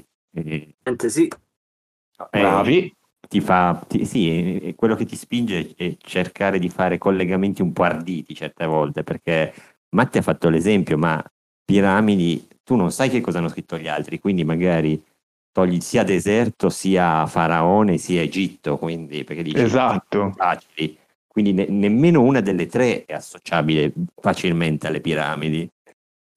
Bravi. Sì, quello che ti spinge è cercare di fare collegamenti un po' arditi certe volte, perché Matti ha fatto l'esempio, ma piramidi, tu non sai che cosa hanno scritto gli altri, quindi magari togli sia deserto, sia faraone, sia Egitto, quindi perché dici esatto.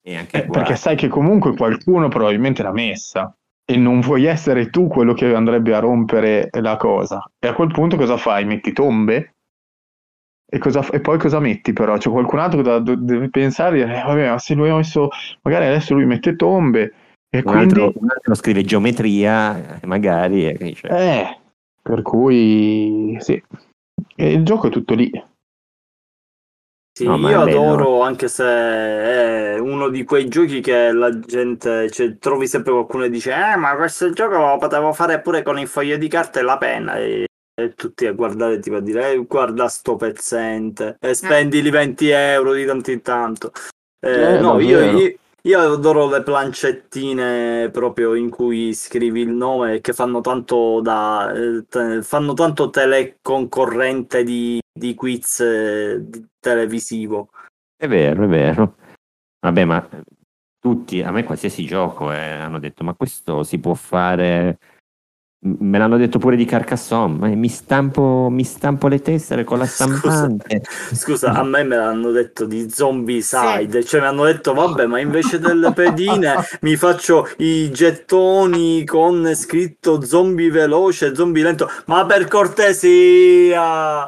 E anche qua, Perché sai che comunque qualcuno probabilmente l'ha messa e non vuoi essere tu quello che andrebbe a rompere la cosa. E a quel punto cosa fai? Metti tombe? E poi cosa metti però? C'è qualcun altro che deve pensare, vabbè, ma se lui ha messo, magari adesso lui mette tombe e quindi, un altro scrive geometria, magari, e dice, per cui sì, e il gioco è tutto lì. Sì, no, ma io è bello. adoro, anche se è uno di quei giochi che la gente, cioè, trovi sempre qualcuno che dice, ma questo gioco lo potevo fare pure con il foglio di carta e la penna, e tutti a guardare, tipo a dire, guarda sto pezzente, e spendili 20 euro di tanto in tanto. No, Davvero. io adoro le plancettine proprio in cui scrivi il nome, che fanno tanto fanno tanto teleconcorrente di quiz televisivo. È vero, è vero. Vabbè, ma tutti, a me qualsiasi gioco, hanno detto, ma questo si può fare. Me l'hanno detto pure di Carcassonne, ma mi stampo le tessere con la stampante. Scusa, a me l'hanno detto di Zombicide, Sì. cioè mi hanno detto vabbè, ma invece delle pedine mi faccio i gettoni con scritto zombie veloce, zombie lento, ma per cortesia!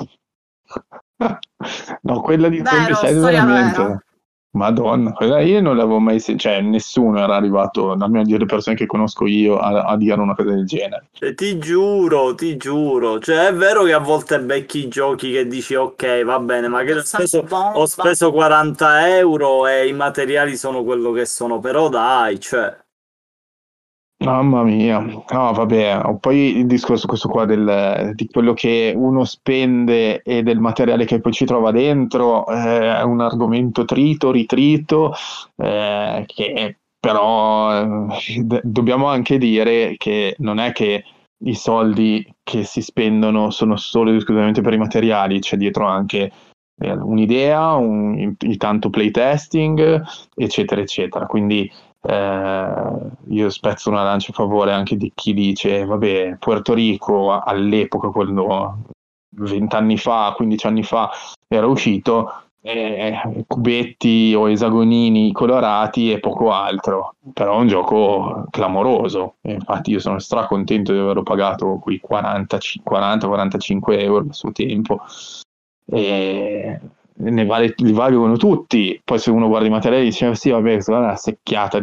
No, quella di Vero, Zombicide storia veramente. vera. Madonna, quella io non l'avevo mai sentita, cioè nessuno era arrivato, almeno delle persone che conosco io, a dire una cosa del genere. E ti giuro, cioè è vero che a volte becchi giochi che dici ok, va bene, ma che ho speso 40 euro e i materiali sono quello che sono, però dai, cioè... Mamma mia, no, vabbè, poi il discorso questo qua di quello che uno spende e del materiale che poi ci trova dentro è un argomento trito, ritrito, che però dobbiamo anche dire che non è che i soldi che si spendono sono solo ed esclusivamente per i materiali, c'è dietro anche un'idea, il tanto playtesting, eccetera, eccetera. Quindi io spezzo una lancia a favore anche di chi dice, vabbè, Puerto Rico all'epoca, quando 20 anni fa, 15 anni fa era uscito, cubetti o esagonini colorati e poco altro, però è un gioco clamoroso. E infatti io sono stracontento di averlo pagato quei 40-45 euro a suo tempo. E li valgono tutti. Poi se uno guarda i materiali dice sì, vabbè, questa è una secchiata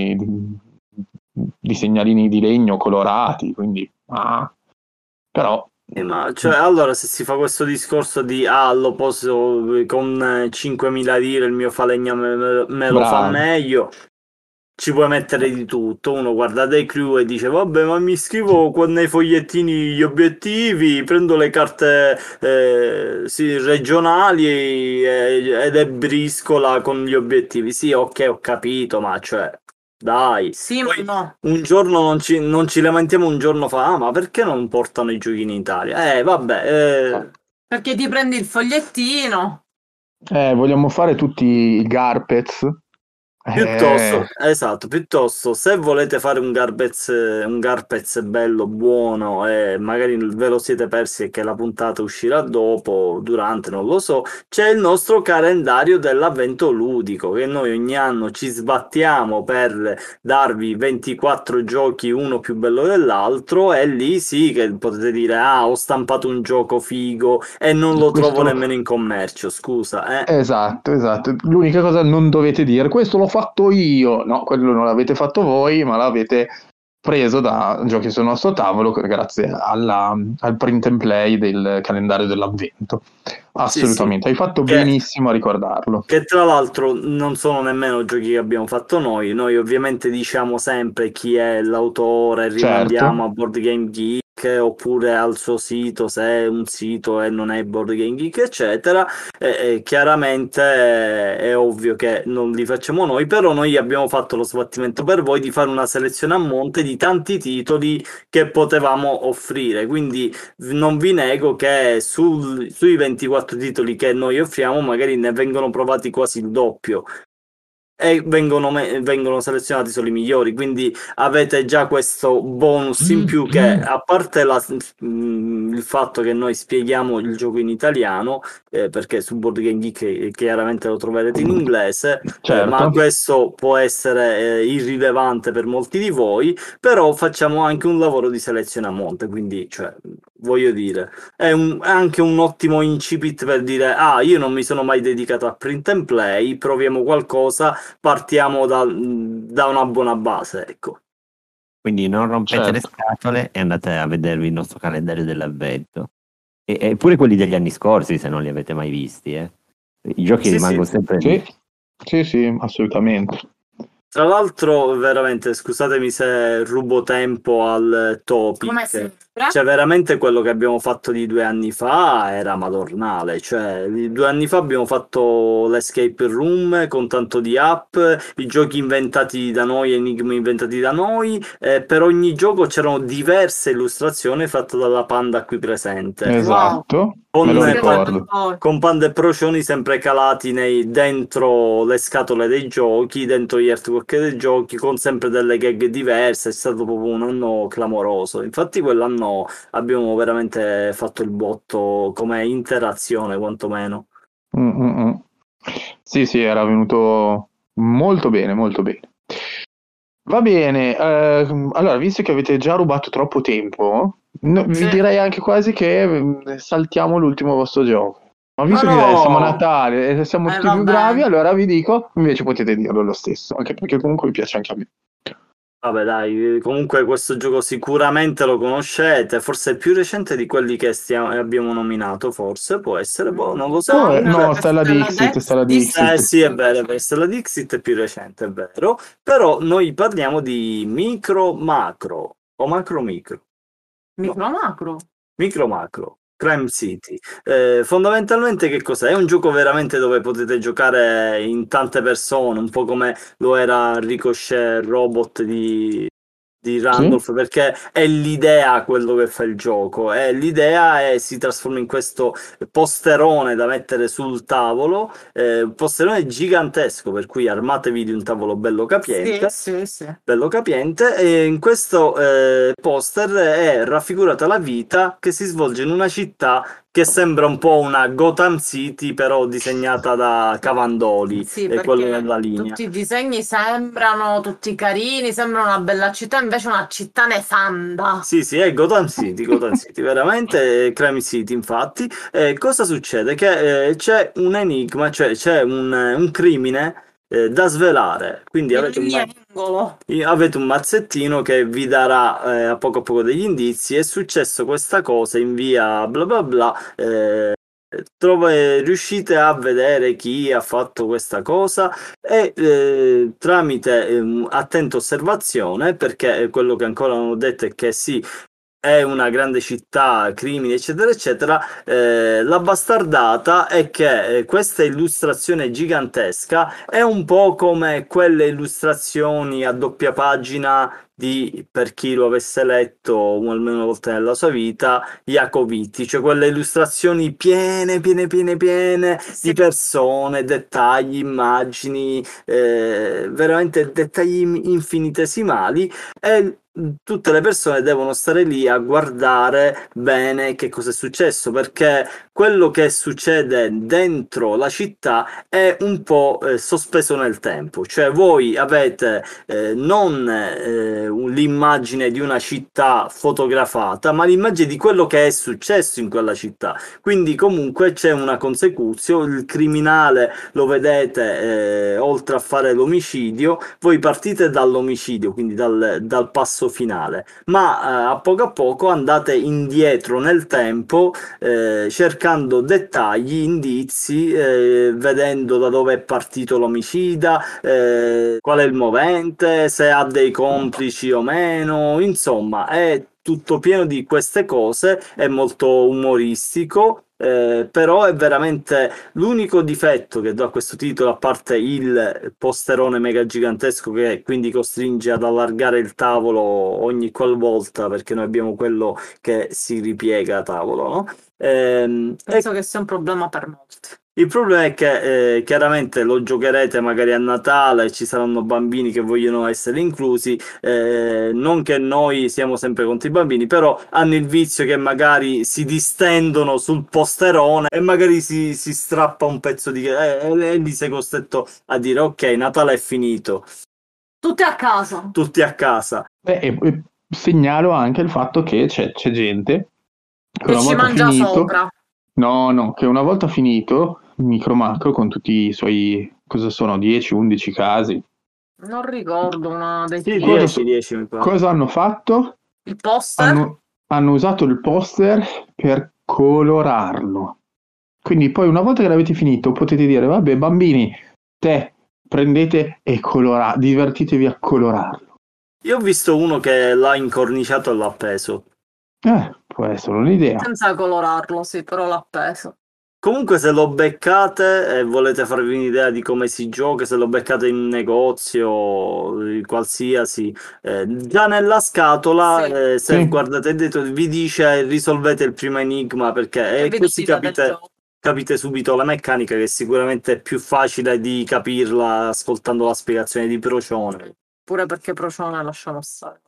di segnalini di legno colorati, quindi però Ma cioè, allora se si fa questo discorso di lo posso con 5.000 lire il mio falegname me lo fa bravo. meglio, ci puoi mettere di tutto. Uno guarda dei crew e dice vabbè, ma mi scrivo nei fogliettini gli obiettivi, prendo le carte sì, regionali ed è briscola con gli obiettivi. Sì, ok, ho capito, ma cioè dai. Sì, ma Poi no. un giorno non ci lamentiamo, un giorno fa, ma perché non portano i giochi in Italia? Vabbè, Perché ti prendi il fogliettino. Vogliamo fare tutti i Garpets? piuttosto, esatto, piuttosto se volete fare un Garpez bello, buono e magari ve lo siete persi e che la puntata uscirà dopo, durante, non lo so, c'è il nostro calendario dell'avvento ludico che noi ogni anno ci sbattiamo per darvi 24 giochi, uno più bello dell'altro, e lì sì che potete dire ho stampato un gioco figo e non lo trovo questo nemmeno in commercio, scusa, esatto, esatto. L'unica cosa non dovete dire, questo l'ho fatto io. No, quello non l'avete fatto voi, ma l'avete preso da giochi sul nostro tavolo grazie al print and play del calendario dell'avvento. Sì, sì. Assolutamente, hai fatto Che, benissimo a ricordarlo. che tra l'altro non sono nemmeno giochi che abbiamo fatto noi ovviamente diciamo sempre chi è l'autore, rimandiamo Certo. a Board Game Geek oppure al suo sito se è un sito e non è Board Game Geek eccetera, e chiaramente è ovvio che non li facciamo noi, però noi abbiamo fatto lo sbattimento per voi di fare una selezione a monte di tanti titoli che potevamo offrire, quindi non vi nego che sui 24 titoli che noi offriamo magari ne vengono provati quasi il doppio. e vengono selezionati solo i migliori, quindi avete già questo bonus in più che, a parte il fatto che noi spieghiamo il gioco in italiano, perché su Board Game Geek chiaramente lo troverete in inglese, Certo. ma questo può essere irrilevante per molti di voi, però facciamo anche un lavoro di selezione a monte, quindi cioè, voglio dire, è anche un ottimo incipit per dire, io non mi sono mai dedicato a print and play, proviamo qualcosa, partiamo da una buona base, ecco. Quindi non rompete Certo. le scatole e andate a vedervi il nostro calendario dell'avvento. E pure quelli degli anni scorsi, se non li avete mai visti. I giochi Sì, rimangono sì. sempre Sì, lì. sì, assolutamente. Tra l'altro, veramente, scusatemi se rubo tempo al Come topic, sempre. cioè veramente quello che abbiamo fatto di 2 anni fa era madornale, cioè 2 anni fa abbiamo fatto l'Escape Room con tanto di app, i giochi inventati da noi, enigmi inventati da noi, per ogni gioco c'erano diverse illustrazioni fatte dalla Panda qui presente. Esatto, Con, me lo Sì, ricordo. con Panda e Procioni sempre calati dentro le scatole dei giochi, dentro gli artwork dei giochi, con sempre delle gag diverse. È stato proprio un anno clamoroso. Infatti, quell'anno abbiamo veramente fatto il botto come interazione, quantomeno. Sì, sì, era venuto molto bene, molto bene. Va bene, allora, visto che avete già rubato troppo tempo, vi Sì. direi anche quasi che saltiamo l'ultimo vostro gioco. Ma visto Ma che siamo a no! Natale e siamo tutti più vabbè. bravi, allora vi dico, invece potete dirlo lo stesso, anche perché comunque mi piace anche a me. Vabbè, dai, comunque questo gioco sicuramente lo conoscete, forse è più recente di quelli che abbiamo nominato, forse, può essere, boh, non lo so. No, Comunque, Stella Dixit, Stella Dixit. sì, è vero, la Dixit è più recente, è vero, però noi parliamo di micro macro, o macro micro, Micro macro. micro macro. Crime City. Fondamentalmente che cos'è? È un gioco veramente dove potete giocare in tante persone, un po' come lo era Ricochet Robot di Randolph, perché è l'idea quello che fa il gioco, si trasforma in questo posterone da mettere sul tavolo, un posterone gigantesco, per cui armatevi di un tavolo bello capiente. Sì. Bello capiente, e in questo poster è raffigurata la vita che si svolge in una città che sembra un po' una Gotham City, però disegnata da Cavandoli, Sì, e quello perché nella linea. tutti i disegni sembrano tutti carini, sembra una bella città, invece è una città nefanda. Sì, sì, è Gotham City, veramente è Crime City, infatti. Cosa succede? Che c'è un enigma, cioè c'è un crimine da svelare, quindi In ogni angolo. avete un mazzettino che vi darà a poco degli indizi. È successo questa cosa in via bla bla bla. Riuscite a vedere chi ha fatto questa cosa e tramite attenta osservazione, perché quello che ancora non ho detto è che sì, è una grande città, crimini, eccetera, eccetera. La bastardata è che questa illustrazione gigantesca è un po' come quelle illustrazioni a doppia pagina per chi lo avesse letto almeno una volta nella sua vita, Jacoviti, cioè quelle illustrazioni piene di persone, dettagli, immagini, veramente dettagli infinitesimali, e tutte le persone devono stare lì a guardare bene che cosa è successo, perché quello che succede dentro la città è un po' sospeso nel tempo, cioè voi avete non l'immagine di una città fotografata, ma l'immagine di quello che è successo in quella città, quindi comunque c'è una consecuzione, il criminale lo vedete oltre a fare l'omicidio, voi partite dall'omicidio, quindi dal passo finale, ma a poco andate indietro nel tempo, cercando dettagli, indizi, vedendo da dove è partito l'omicida, qual è il movente, se ha dei complici o meno, insomma è tutto pieno di queste cose, è molto umoristico. Però è veramente l'unico difetto che do a questo titolo, a parte il posterone mega gigantesco che quindi costringe ad allargare il tavolo ogni qualvolta, perché noi abbiamo quello che si ripiega a tavolo, no? Penso che sia un problema per molti. Il problema è che chiaramente lo giocherete magari a Natale, ci saranno bambini che vogliono essere inclusi, non che noi siamo sempre contro i bambini, però hanno il vizio che magari si distendono sul posterone e magari si strappa un pezzo di... e lì sei costretto a dire ok, Natale è finito, Tutti a casa. tutti a casa. E segnalo anche il fatto che c'è gente che Che una ci volta mangia finito, sopra. no, che una volta finito il micro macro con tutti i suoi, cosa sono, 10-11 casi, Non ricordo una dei Sì, film. Cosa 10 mi pare. cosa hanno fatto? Il poster? Hanno usato il poster per colorarlo. Quindi poi una volta che l'avete finito potete dire, vabbè bambini, te prendete e divertitevi a colorarlo. Io ho visto uno che l'ha incorniciato e l'ha appeso. Può essere un'idea. Senza colorarlo, sì, però l'ha appeso. Comunque se lo beccate e volete farvi un'idea di come si gioca, se lo beccate in un negozio qualsiasi, già nella scatola, Sì. se Sì. guardate dentro, vi dice risolvete il primo enigma, perché E vi così decidete il gioco. capite subito la meccanica, che sicuramente è più facile di capirla ascoltando la spiegazione di Procione. Pure perché Procione lasciamo stare.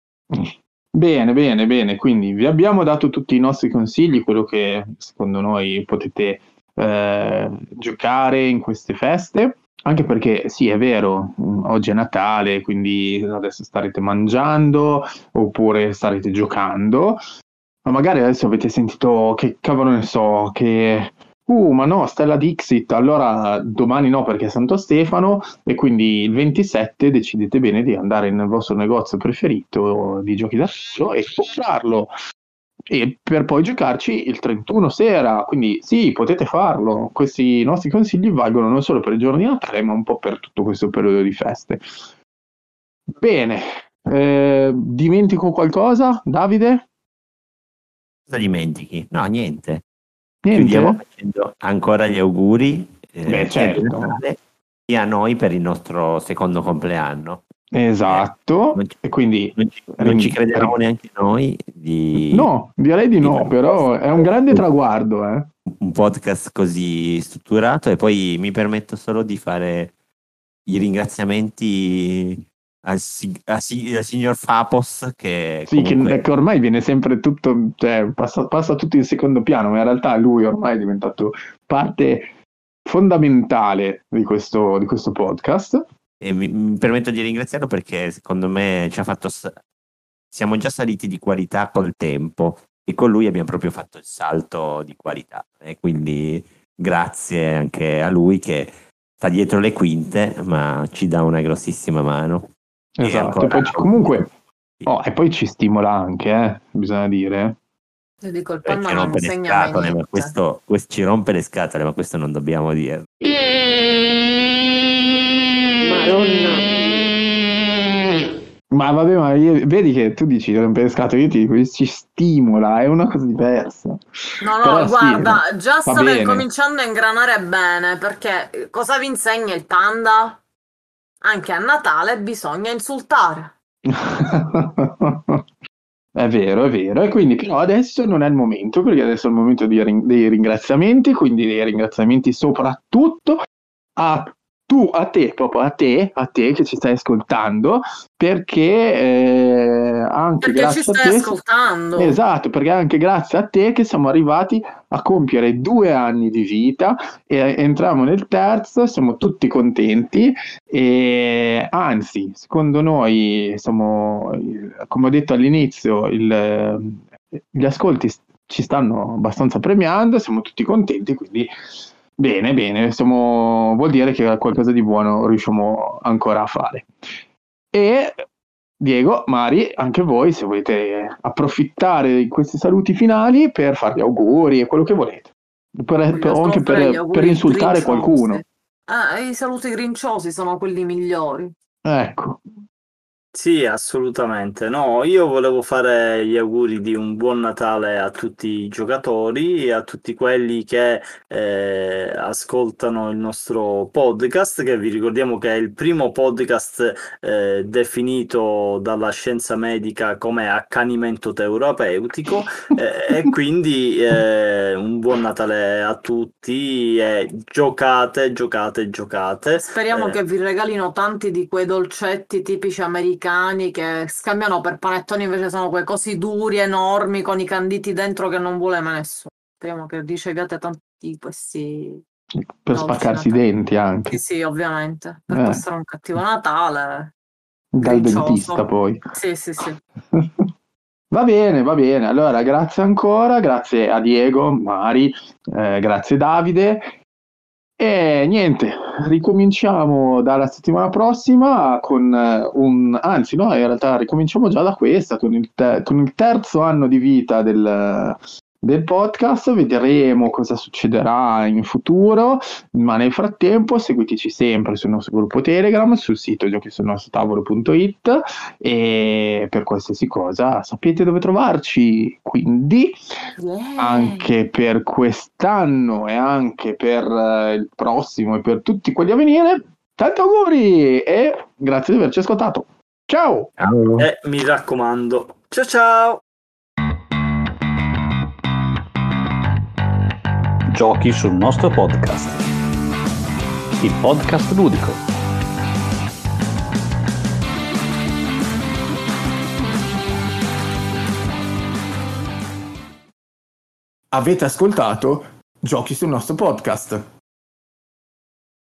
Bene, quindi vi abbiamo dato tutti i nostri consigli, quello che secondo noi potete giocare in queste feste, anche perché sì, è vero, oggi è Natale, quindi adesso starete mangiando oppure starete giocando, ma magari adesso avete sentito che cavolo ne so, che ma no, Stella Dixit, allora domani no perché è Santo Stefano e quindi il 27 decidete bene di andare nel vostro negozio preferito di giochi da tavolo e comprarlo e per poi giocarci il 31 sera, quindi sì, potete farlo. Questi nostri consigli valgono non solo per il giorno di Natale, ma un po' per tutto questo periodo di feste. Bene, dimentico qualcosa, Davide? Cosa dimentichi? No, niente. Niente? Chiudiamo facendo ancora gli auguri Beh, sia di certo. Natale sia a noi per il nostro secondo compleanno. Esatto, Non ci, e quindi non ci credevamo neanche noi no, direi di no, fare però è un grande traguardo, eh. un podcast così strutturato, e poi mi permetto solo di fare i ringraziamenti al signor Fapos che Sì, comunque che ormai viene sempre tutto, cioè passa tutto in secondo piano, ma in realtà lui ormai è diventato parte fondamentale di questo podcast. e mi permetto di ringraziarlo perché secondo me ci ha fatto siamo già saliti di qualità col tempo e con lui abbiamo proprio fatto il salto di qualità, e quindi grazie anche a lui che sta dietro le quinte ma ci dà una grossissima mano. Esatto, E e poi ancora comunque e poi ci stimola anche, bisogna dire. Io dico, il ci panno non rompe le insegna mai scatole, ma niente. questo ci rompe le scatole, ma questo non dobbiamo dirlo. Madonna. Ma vabbè, vedi che tu dici rompere le scatole, io ti dico ci stimola, è una cosa diversa. No, Però sì, guarda, già va stava bene. incominciando a ingranare bene, perché cosa vi insegna il panda? Anche a Natale bisogna insultare. È vero, e quindi però adesso non è il momento, perché adesso è il momento dei ringraziamenti, quindi dei ringraziamenti soprattutto a te, proprio a te che ci stai ascoltando, perché anche Perché ci grazie a stai te, ascoltando. esatto, perché anche grazie a te che siamo arrivati a compiere 2 anni di vita e entriamo nel terzo, siamo tutti contenti e anzi, secondo noi, come ho detto all'inizio, gli ascolti ci stanno abbastanza premiando, siamo tutti contenti, quindi bene, vuol dire che qualcosa di buono riusciamo ancora a fare. E Diego, Mari, anche voi, se volete approfittare di questi saluti finali per fargli auguri e quello che volete, Voglio anche solo fare gli per auguri insultare grinciosi. qualcuno. I saluti grinciosi sono quelli migliori. Ecco, Sì, assolutamente. No, io volevo fare gli auguri di un buon Natale a tutti i giocatori e a tutti quelli che ascoltano il nostro podcast, che vi ricordiamo che è il primo podcast definito dalla scienza medica come accanimento terapeutico, e quindi un buon Natale a tutti e giocate, giocate, giocate. Speriamo che vi regalino tanti di quei dolcetti tipici americani che scambiano per panettoni, invece sono quei cosi duri, enormi, con i canditi dentro che non vuole mai nessuno. Speriamo che riceviate tanti di questi Per dolci spaccarsi i Natale. denti anche. Sì, ovviamente, per Eh. passare un cattivo Natale. Dal Griccioso. dentista poi. Sì. Va bene. Allora, grazie ancora, grazie a Diego, Mari, grazie Davide. E niente, ricominciamo dalla settimana prossima con anzi no, in realtà ricominciamo già da questa, con il terzo anno di vita del podcast. Vedremo cosa succederà in futuro, ma nel frattempo seguiteci sempre sul nostro gruppo Telegram, sul sito giochisulnostro-tavolo.it, e per qualsiasi cosa sapete dove trovarci. Quindi anche per quest'anno e anche per il prossimo e per tutti quelli a venire, tanti auguri e grazie di averci ascoltato. Ciao! E mi raccomando, ciao ciao! Giochi sul nostro podcast. Il podcast ludico. Avete ascoltato Giochi sul nostro podcast.